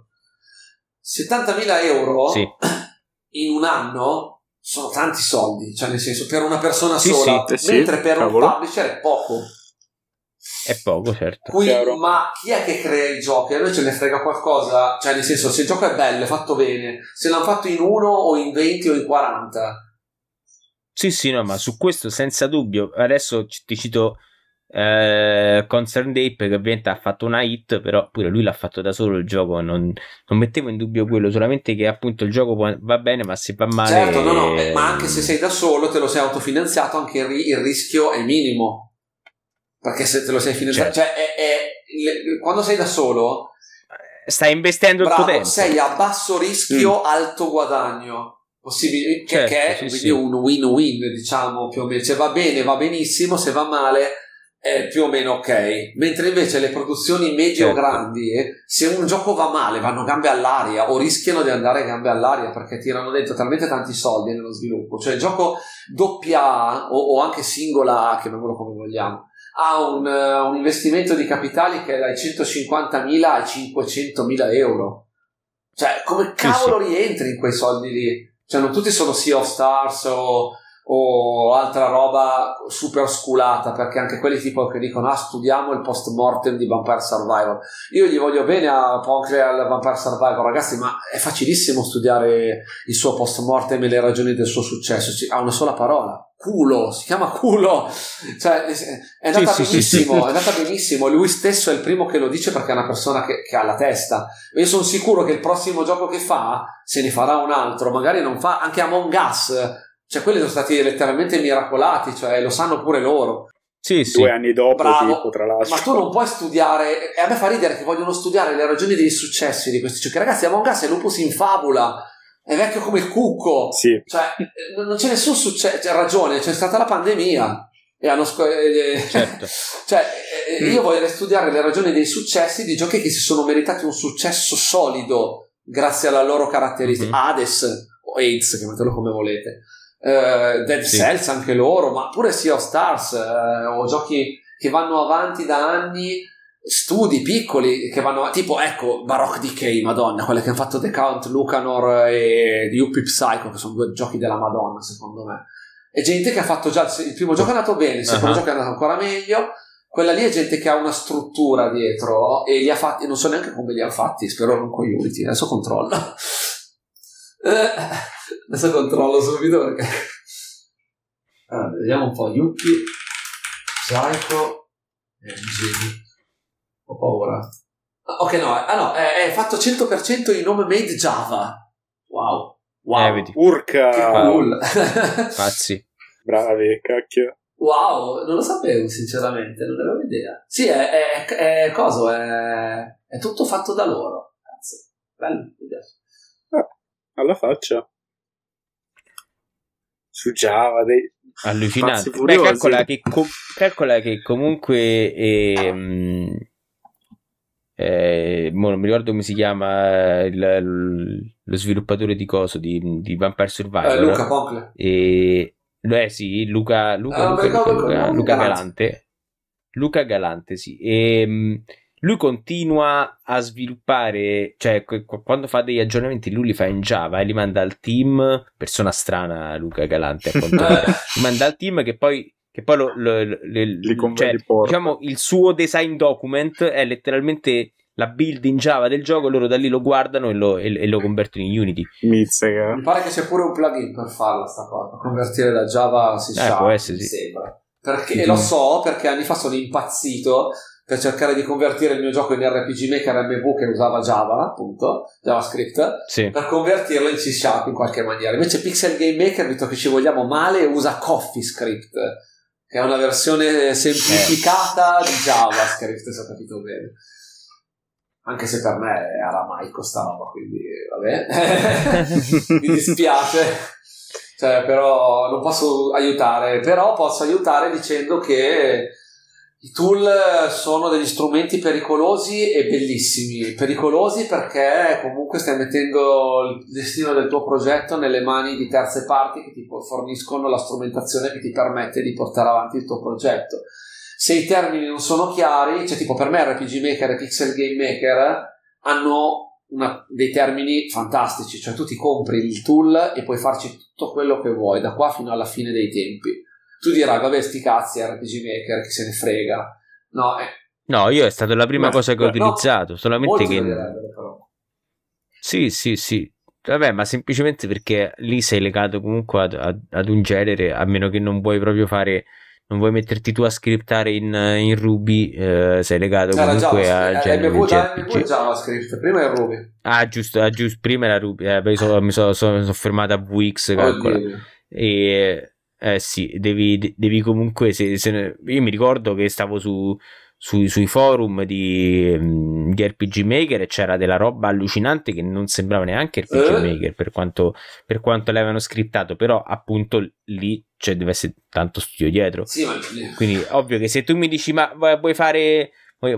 70.000 euro in un anno sono tanti soldi, cioè nel senso per una persona sola, mentre per un publisher è poco. È poco, certo. Ma chi è che crea i giochi? A noi ce ne frega qualcosa, cioè nel senso se il gioco è bello, è fatto bene, se l'hanno fatto in 1 o in 20 o in 40. Sì, no, ma su questo senza dubbio. Adesso ti cito Concerned Ape, che ovviamente ha fatto una hit, però pure lui l'ha fatto da solo il gioco, non mettevo in dubbio quello, solamente che appunto il gioco va bene, ma se va male... Certo, no, ma anche se sei da solo, te lo sei autofinanziato, anche il rischio è minimo, perché se te lo sei finanziato, cioè quando sei da solo stai investendo il tuo tempo, sei a basso rischio, alto guadagno. possibili, Certo, che è sì, quindi sì. un win-win, diciamo, più o meno. Se va bene va benissimo, se va male è più o meno ok. Mentre invece le produzioni medie o Certo. grandi, se un gioco va male vanno gambe all'aria o rischiano di andare gambe all'aria perché tirano dentro talmente tanti soldi nello sviluppo. Cioè il gioco AA o anche singola A, chiamiamolo come vogliamo, ha un investimento di capitali che è dai 150.000 ai 500.000 euro. Cioè, come cavolo rientri in quei soldi lì? Cioè, non tutti sono Sea of Stars o altra roba super sculata, perché anche quelli tipo che dicono studiamo il post mortem di Vampire Survivor. Io gli voglio bene a Poncle e al Vampire Survivor, ragazzi, ma è facilissimo studiare il suo post mortem e le ragioni del suo successo. Ha una sola parola: culo, si chiama culo. Cioè è andata benissimo. È andata benissimo. Lui stesso è il primo che lo dice perché è una persona che ha la testa. Io sono sicuro che il prossimo gioco che fa, se ne farà un altro, magari non fa anche Among Us. Cioè quelli sono stati letteralmente miracolati, cioè lo sanno pure loro. Sì. 2 anni dopo, bravo, tipo, tra l'altro. ma tu non puoi studiare, e a me fa ridere che vogliono studiare le ragioni dei successi di questi giochi. Ragazzi, Among Us è lupus in fabula, è vecchio come il cucco. Sì. Cioè non c'è nessun successo, c'è ragione, c'è stata la pandemia e hanno certo. cioè io voglio studiare le ragioni dei successi di giochi che si sono meritati un successo solido grazie alla loro caratteristica. Hades o AIDS, chiamatelo come volete, Dead Cells anche loro, ma pure Sea of Stars, o giochi che vanno avanti da anni, studi piccoli che vanno tipo, ecco, Baroque Decay, madonna, quelle che hanno fatto The Count, Lucanor e UP Psycho, che sono 2 giochi della madonna secondo me. E gente che ha fatto già il primo gioco è andato bene, il secondo gioco è andato ancora meglio. Quella lì è gente che ha una struttura dietro e li ha fatti, non so neanche come li ha fatti, spero non con Unity, adesso controllo. Adesso controllo subito perché allora, vediamo un po'. Yuppie, Psycho e Genie. Ho paura. Ok, no, è fatto 100% in home made Java. Wow. Vedi. Urca, che cool. Pazzi. Bravi, cacchio. Wow, non lo sapevo sinceramente, non avevo idea. Sì, è coso, è tutto fatto da loro. Cazzo, bello, mi piace. Alla faccia. Su Java, dei allucinante. Beh, calcola che comunque non mi ricordo come si chiama lo sviluppatore di coso di Vampire Survivor, Luca Poncle. Sì, Luca Galante. Luca Galante, sì. E lui continua a sviluppare, cioè quando fa degli aggiornamenti lui li fa in Java e li manda al team. Persona strana Luca Galante, a li manda al team che poi cioè, diciamo il suo design document è letteralmente la build in Java del gioco, loro da lì lo guardano e lo convertono in Unity. Mizzica. Mi pare che c'è pure un plugin per farla sta cosa, per convertire da Java a C#, può essere, mi sì. sembra. Perché lo so, perché anni fa sono impazzito per cercare di convertire il mio gioco in RPG Maker MV che usava Java, appunto, JavaScript, sì, per convertirlo in C# in qualche maniera. Invece Pixel Game Maker, visto che ci vogliamo male, usa CoffeeScript, che è una versione semplificata di JavaScript, se ho capito bene. Anche se per me è aramaico sta roba, quindi vabbè. Mi dispiace. Cioè, però non posso aiutare, però posso aiutare dicendo che i tool sono degli strumenti pericolosi e bellissimi. Pericolosi perché comunque stai mettendo il destino del tuo progetto nelle mani di terze parti che ti forniscono la strumentazione che ti permette di portare avanti il tuo progetto. Se i termini non sono chiari, cioè tipo per me RPG Maker e Pixel Game Maker hanno dei termini fantastici, cioè tu ti compri il tool e puoi farci tutto quello che vuoi da qua fino alla fine dei tempi. Tu dirai vabbè sti cazzi RPG Maker, chi se ne frega. No, io è stata la prima cosa che ho utilizzato, solamente che però. Sì. Vabbè, ma semplicemente perché lì sei legato comunque ad un genere, a meno che non vuoi proprio fare, non vuoi metterti tu a scriptare in Ruby, sei legato comunque a genere JavaScript, prima è Ruby. Giusto, prima era Ruby, mi sono fermato a VX, calcola. E sì, devi comunque io mi ricordo che stavo sui forum di RPG Maker, e c'era della roba allucinante che non sembrava neanche RPG Maker per quanto l'avevano scriptato, però appunto lì deve essere tanto studio dietro. Sì, ma... Quindi ovvio che se tu mi dici ma voglio fare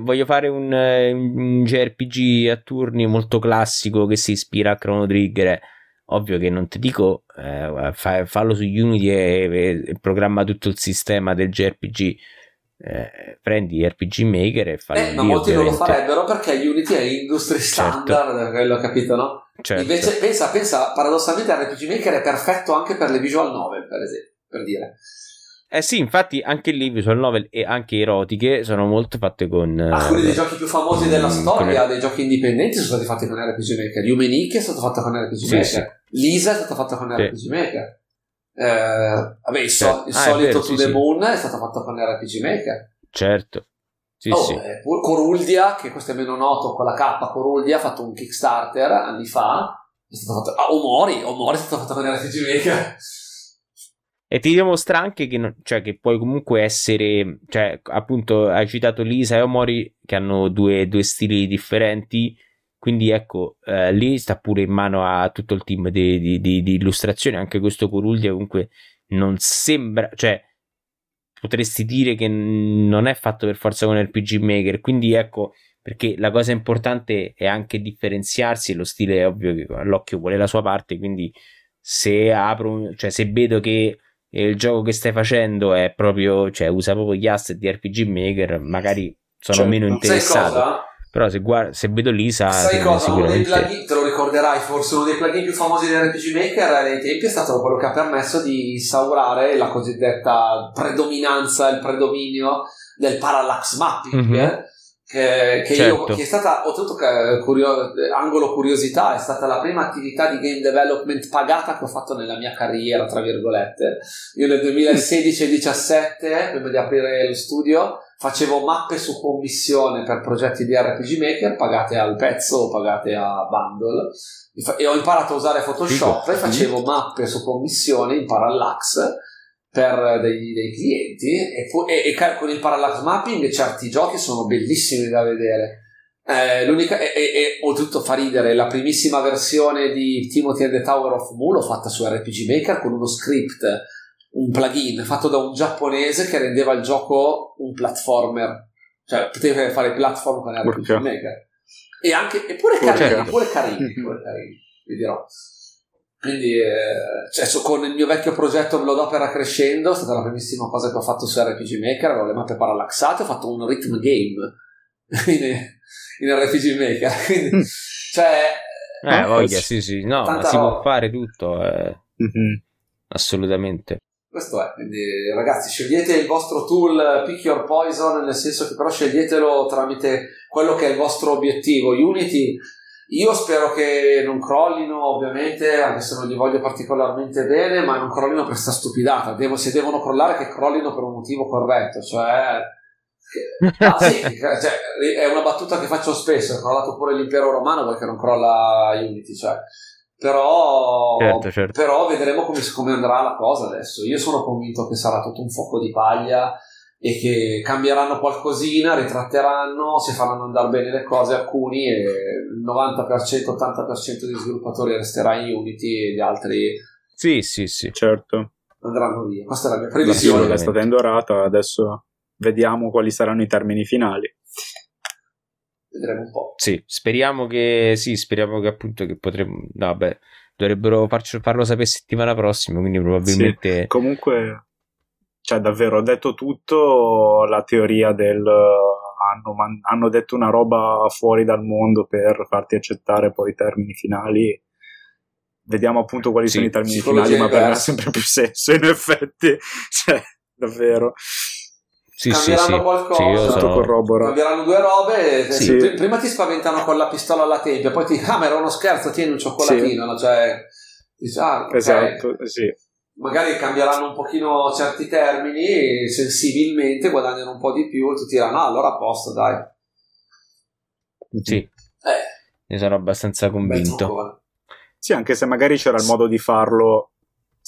un JRPG a turni molto classico che si ispira a Chrono Trigger, ovvio che non ti dico fallo su Unity e programma tutto il sistema del JRPG. Prendi RPG Maker e fallo ma lì, molti ovviamente. non lo farebbero perché Unity è industry standard, certo. Quello ho capito, no? Certo. Invece pensa paradossalmente RPG Maker è perfetto anche per le visual novel, per esempio, per dire. Sì, infatti anche lì visual novel e anche erotiche sono molto fatte con alcuni dei giochi più famosi della storia, dei giochi indipendenti, sono stati fatti con RPG Maker. Human è stato fatto con RPG Maker. Sì. Lisa è stato fatto con RPG Maker. Vabbè, il solito To The Moon è stato fatto con RPG Maker. Certo. Sì. Coruldia, che questo è meno noto con la K, Coruldia ha fatto un Kickstarter anni fa, è stato fatto Omori è stato fatto con RPG Maker. E ti dimostra anche che puoi comunque essere, appunto hai citato Lisa e Omori che hanno due stili differenti, quindi ecco, lì sta pure in mano a tutto il team di illustrazione. Anche questo Coruldia comunque non sembra, potresti dire che non è fatto per forza con RPG Maker, quindi ecco, perché la cosa importante è anche differenziarsi, lo stile è ovvio che l'occhio vuole la sua parte, quindi se se vedo che il gioco che stai facendo è proprio, usa proprio gli asset di RPG Maker, magari sono meno interessato. Però se vedo Lisa, sai cosa? Uno dei sicuramente plugin, te lo ricorderai forse, uno dei plugin più famosi di RPG Maker nei tempi è stato quello che ha permesso di instaurare la cosiddetta predominanza, il predominio del parallax mapping, che certo. che è stata, oltretutto angolo curiosità, è stata la prima attività di game development pagata che ho fatto nella mia carriera, tra virgolette. Io nel 2016 e 2017, prima di aprire lo studio, facevo mappe su commissione per progetti di RPG Maker pagate al pezzo o pagate a bundle, e ho imparato a usare Photoshop e facevo mappe su commissione in parallax per dei clienti, e con il parallax mapping certi giochi sono bellissimi da vedere. L'unica e oltretutto fa ridere, la primissima versione di Timothy and the Tower of Mu l'ho fatta su RPG Maker con uno script, un plugin fatto da un giapponese che rendeva il gioco un platformer, potevi fare platform con RPG Maker, eppure carini, vi dirò. Quindi con il mio vecchio progetto Bloodopera Crescendo è stata la primissima cosa che ho fatto su RPG Maker, avevo le mappe parallaxate, ho fatto un rhythm game in RPG Maker, quindi voglia, sì, no, ma si può fare tutto, assolutamente. Questo è, quindi ragazzi, scegliete il vostro tool, pick your poison, nel senso che però sceglietelo tramite quello che è il vostro obiettivo. Unity, io spero che non crollino, ovviamente, anche se non li voglio particolarmente bene, ma non crollino per sta stupidata. Se devono crollare, che crollino per un motivo corretto, è una battuta che faccio spesso, è crollato pure l'impero romano perché non crolla Unity, però certo. Però vedremo come andrà la cosa adesso. Io sono convinto che sarà tutto un fuoco di paglia e che cambieranno qualcosina, ritratteranno, si faranno andare bene le cose alcuni, e il 90%, 80% degli sviluppatori resterà in Unity e gli altri sì, certo, andranno via. Questa è la mia previsione. È stata indorata, adesso vediamo quali saranno i termini finali. Vedremo un po'. Sì, speriamo che appunto che potremmo, dovrebbero farlo sapere settimana prossima, quindi probabilmente comunque, davvero, ho detto tutto. La teoria del hanno detto una roba fuori dal mondo per farti accettare poi i termini finali. Vediamo appunto quali sono i termini finali, ma per me ha sempre più senso, in effetti, davvero. Cambieranno qualcosa, cambieranno due robe, prima ti spaventano con la pistola alla tempia, poi ma era uno scherzo, tieni un cioccolatino, okay. Esatto, sì. Magari cambieranno un pochino certi termini, sensibilmente guadagnano un po' di più e tu diranno allora a posto, dai. Sì, ne sono abbastanza convinto. Sì, anche se magari c'era il modo di farlo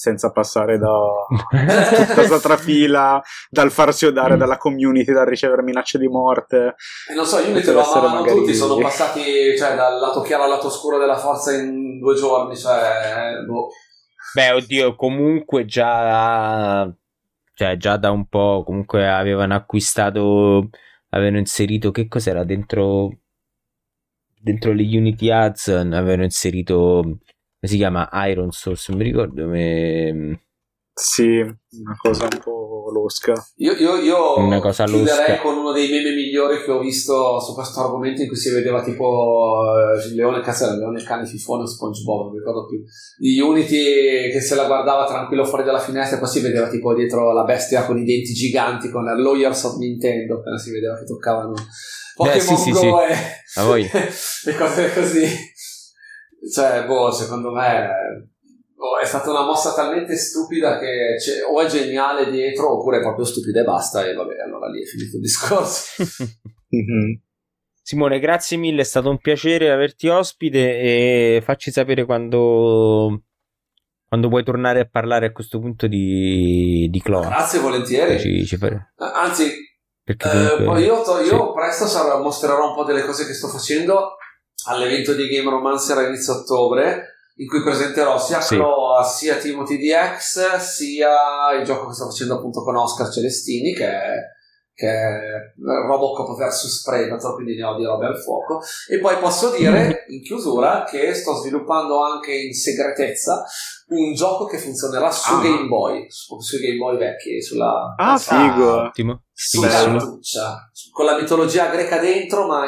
senza passare da tutta questa trafila, dal farsi odiare dalla community, dal ricevere minacce di morte. E non so, Unity lo amavano tutti, sono passati, cioè, dal lato chiaro al lato scuro della forza in 2 giorni, cioè boh. Beh, oddio, comunque già da un po' comunque avevano inserito, che cos'era dentro le Unity Ads, avevano inserito, come si chiama, Iron Source, non mi ricordo sì, una cosa un po' losca. Io una cosa chiuderei losca. con uno dei meme migliori che ho visto su questo argomento, in cui si vedeva tipo il leone il cane fifone o SpongeBob, non mi ricordo più, di Unity che se la guardava tranquillo fuori dalla finestra, e poi si vedeva tipo dietro la bestia con i denti giganti, con Lawyers of Nintendo, appena si vedeva che toccavano Pokémon sì, Go sì. A voi. e cose così. Cioè, secondo me è stata una mossa talmente stupida che o è geniale dietro, oppure è proprio stupida e basta, e vabbè, allora lì è finito il discorso. Simone, grazie mille, è stato un piacere averti ospite, e facci sapere quando vuoi tornare a parlare a questo punto di Cloa. Grazie, volentieri. Anzi, poi io presto mostrerò un po' delle cose che sto facendo all'evento di Game Romancer a inizio ottobre, in cui presenterò sia Cloa, sia Timothy DX, sia il gioco che sto facendo appunto con Oscar Celestini, che è Robocop vs Predator, quindi ne ho di robe al fuoco. E poi posso dire in chiusura che sto sviluppando anche in segretezza un gioco che funzionerà su Game Boy, sui Game Boy vecchi, sulla figo, ottimo, sulla cartuccia, con la mitologia greca dentro, ma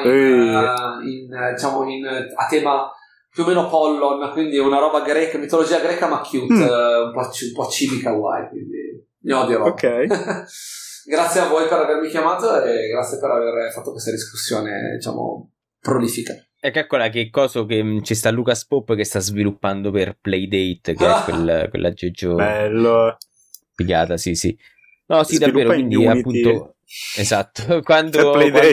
a tema più o meno Pollon, quindi una roba greca, mitologia greca ma cute, un po' chibi kawaii, quindi ne ho di roba. Ok. Grazie a voi per avermi chiamato, e grazie per aver fatto questa discussione, prolifica. E calcola che coso che ci sta Lucas Pope che sta sviluppando per Playdate, che è quell'aggeggio bello, pigliata, sì. No, sì, davvero, quindi appunto, esatto, quando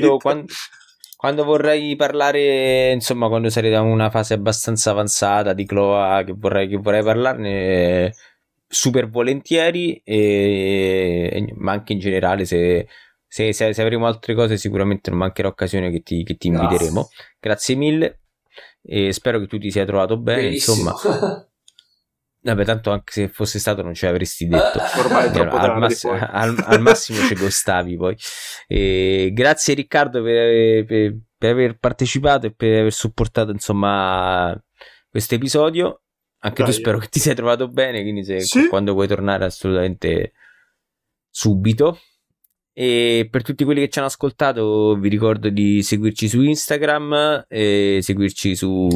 vorrei parlare, insomma, quando sarete da una fase abbastanza avanzata di Cloa, che vorrei parlarne, super volentieri, ma anche in generale, se avremo altre cose, sicuramente non mancherà occasione che ti inviteremo. Grazie mille, e spero che tu ti sia trovato bene. Benissimo. Insomma, vabbè, tanto anche se fosse stato non ce l'avresti detto, ormai è troppo tardi, al massimo ci costavi poi. Grazie Riccardo per aver partecipato e per aver supportato, insomma, questo episodio. Anche tu spero che ti sia trovato bene, quindi quando vuoi tornare, assolutamente subito. E per tutti quelli che ci hanno ascoltato, vi ricordo di seguirci su Instagram e seguirci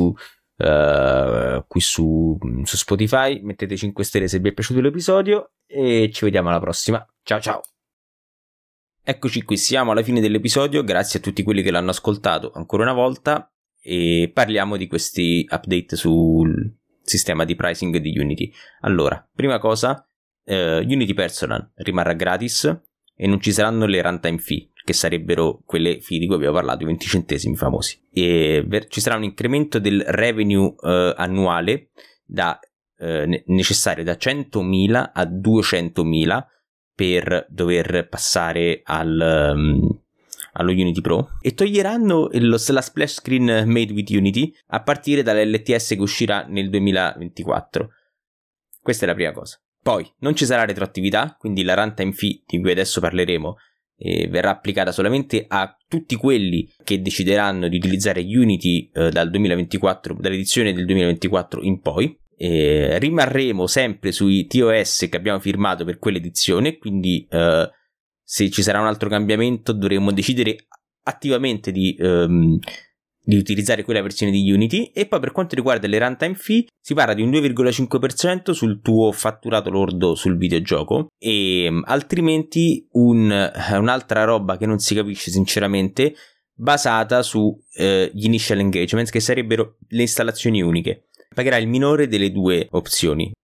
qui su Spotify. Mettete 5 stelle se vi è piaciuto l'episodio, e ci vediamo alla prossima. Ciao. Eccoci qui, siamo alla fine dell'episodio. Grazie a tutti quelli che l'hanno ascoltato ancora una volta, e parliamo di questi update sul sistema di pricing di Unity. Allora, prima cosa, Unity Personal rimarrà gratis e non ci saranno le runtime fee, che sarebbero quelle fee di cui abbiamo parlato, i 20 centesimi famosi. E ci sarà un incremento del revenue annuale necessario da 100.000 a 200.000 per dover passare allo Unity Pro, e toglieranno la splash screen made with Unity a partire dall'LTS che uscirà nel 2024. Questa è la prima cosa. Poi non ci sarà retroattività, quindi la runtime fee di cui adesso parleremo verrà applicata solamente a tutti quelli che decideranno di utilizzare Unity dal 2024, dall'edizione del 2024 in poi. Rimarremo sempre sui TOS che abbiamo firmato per quell'edizione, quindi se ci sarà un altro cambiamento dovremo decidere attivamente di utilizzare quella versione di Unity. E poi per quanto riguarda le runtime fee, si parla di un 2,5% sul tuo fatturato lordo sul videogioco, e altrimenti un'altra roba che non si capisce sinceramente, basata su gli initial engagements, che sarebbero le installazioni uniche. Pagherà il minore delle due opzioni,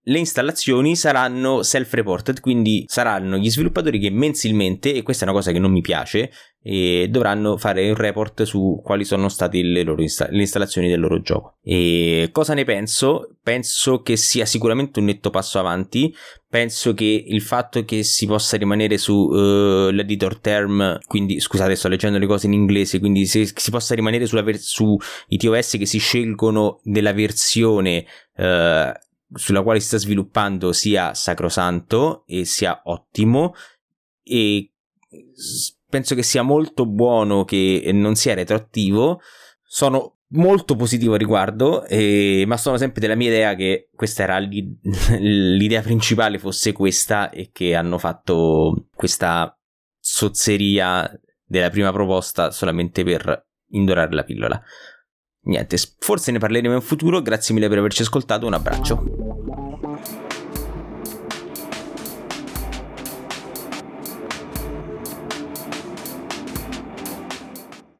le installazioni saranno self-reported, quindi saranno gli sviluppatori che mensilmente, e questa è una cosa che non mi piace, dovranno fare un report su quali sono state le installazioni del loro gioco. E cosa ne penso? Penso che sia sicuramente un netto passo avanti. Penso che il fatto che si possa rimanere su l'editor term, quindi scusate, sto leggendo le cose in inglese, quindi se si possa rimanere su i TOS che si scelgono della versione sulla quale si sta sviluppando sia sacrosanto e sia ottimo, e penso che sia molto buono che non sia retroattivo. Sono molto positivo a riguardo, ma sono sempre della mia idea che questa era l'idea principale fosse questa, e che hanno fatto questa zozzeria della prima proposta solamente per indorare la pillola. Niente, forse ne parleremo in futuro. Grazie mille per averci ascoltato, un abbraccio.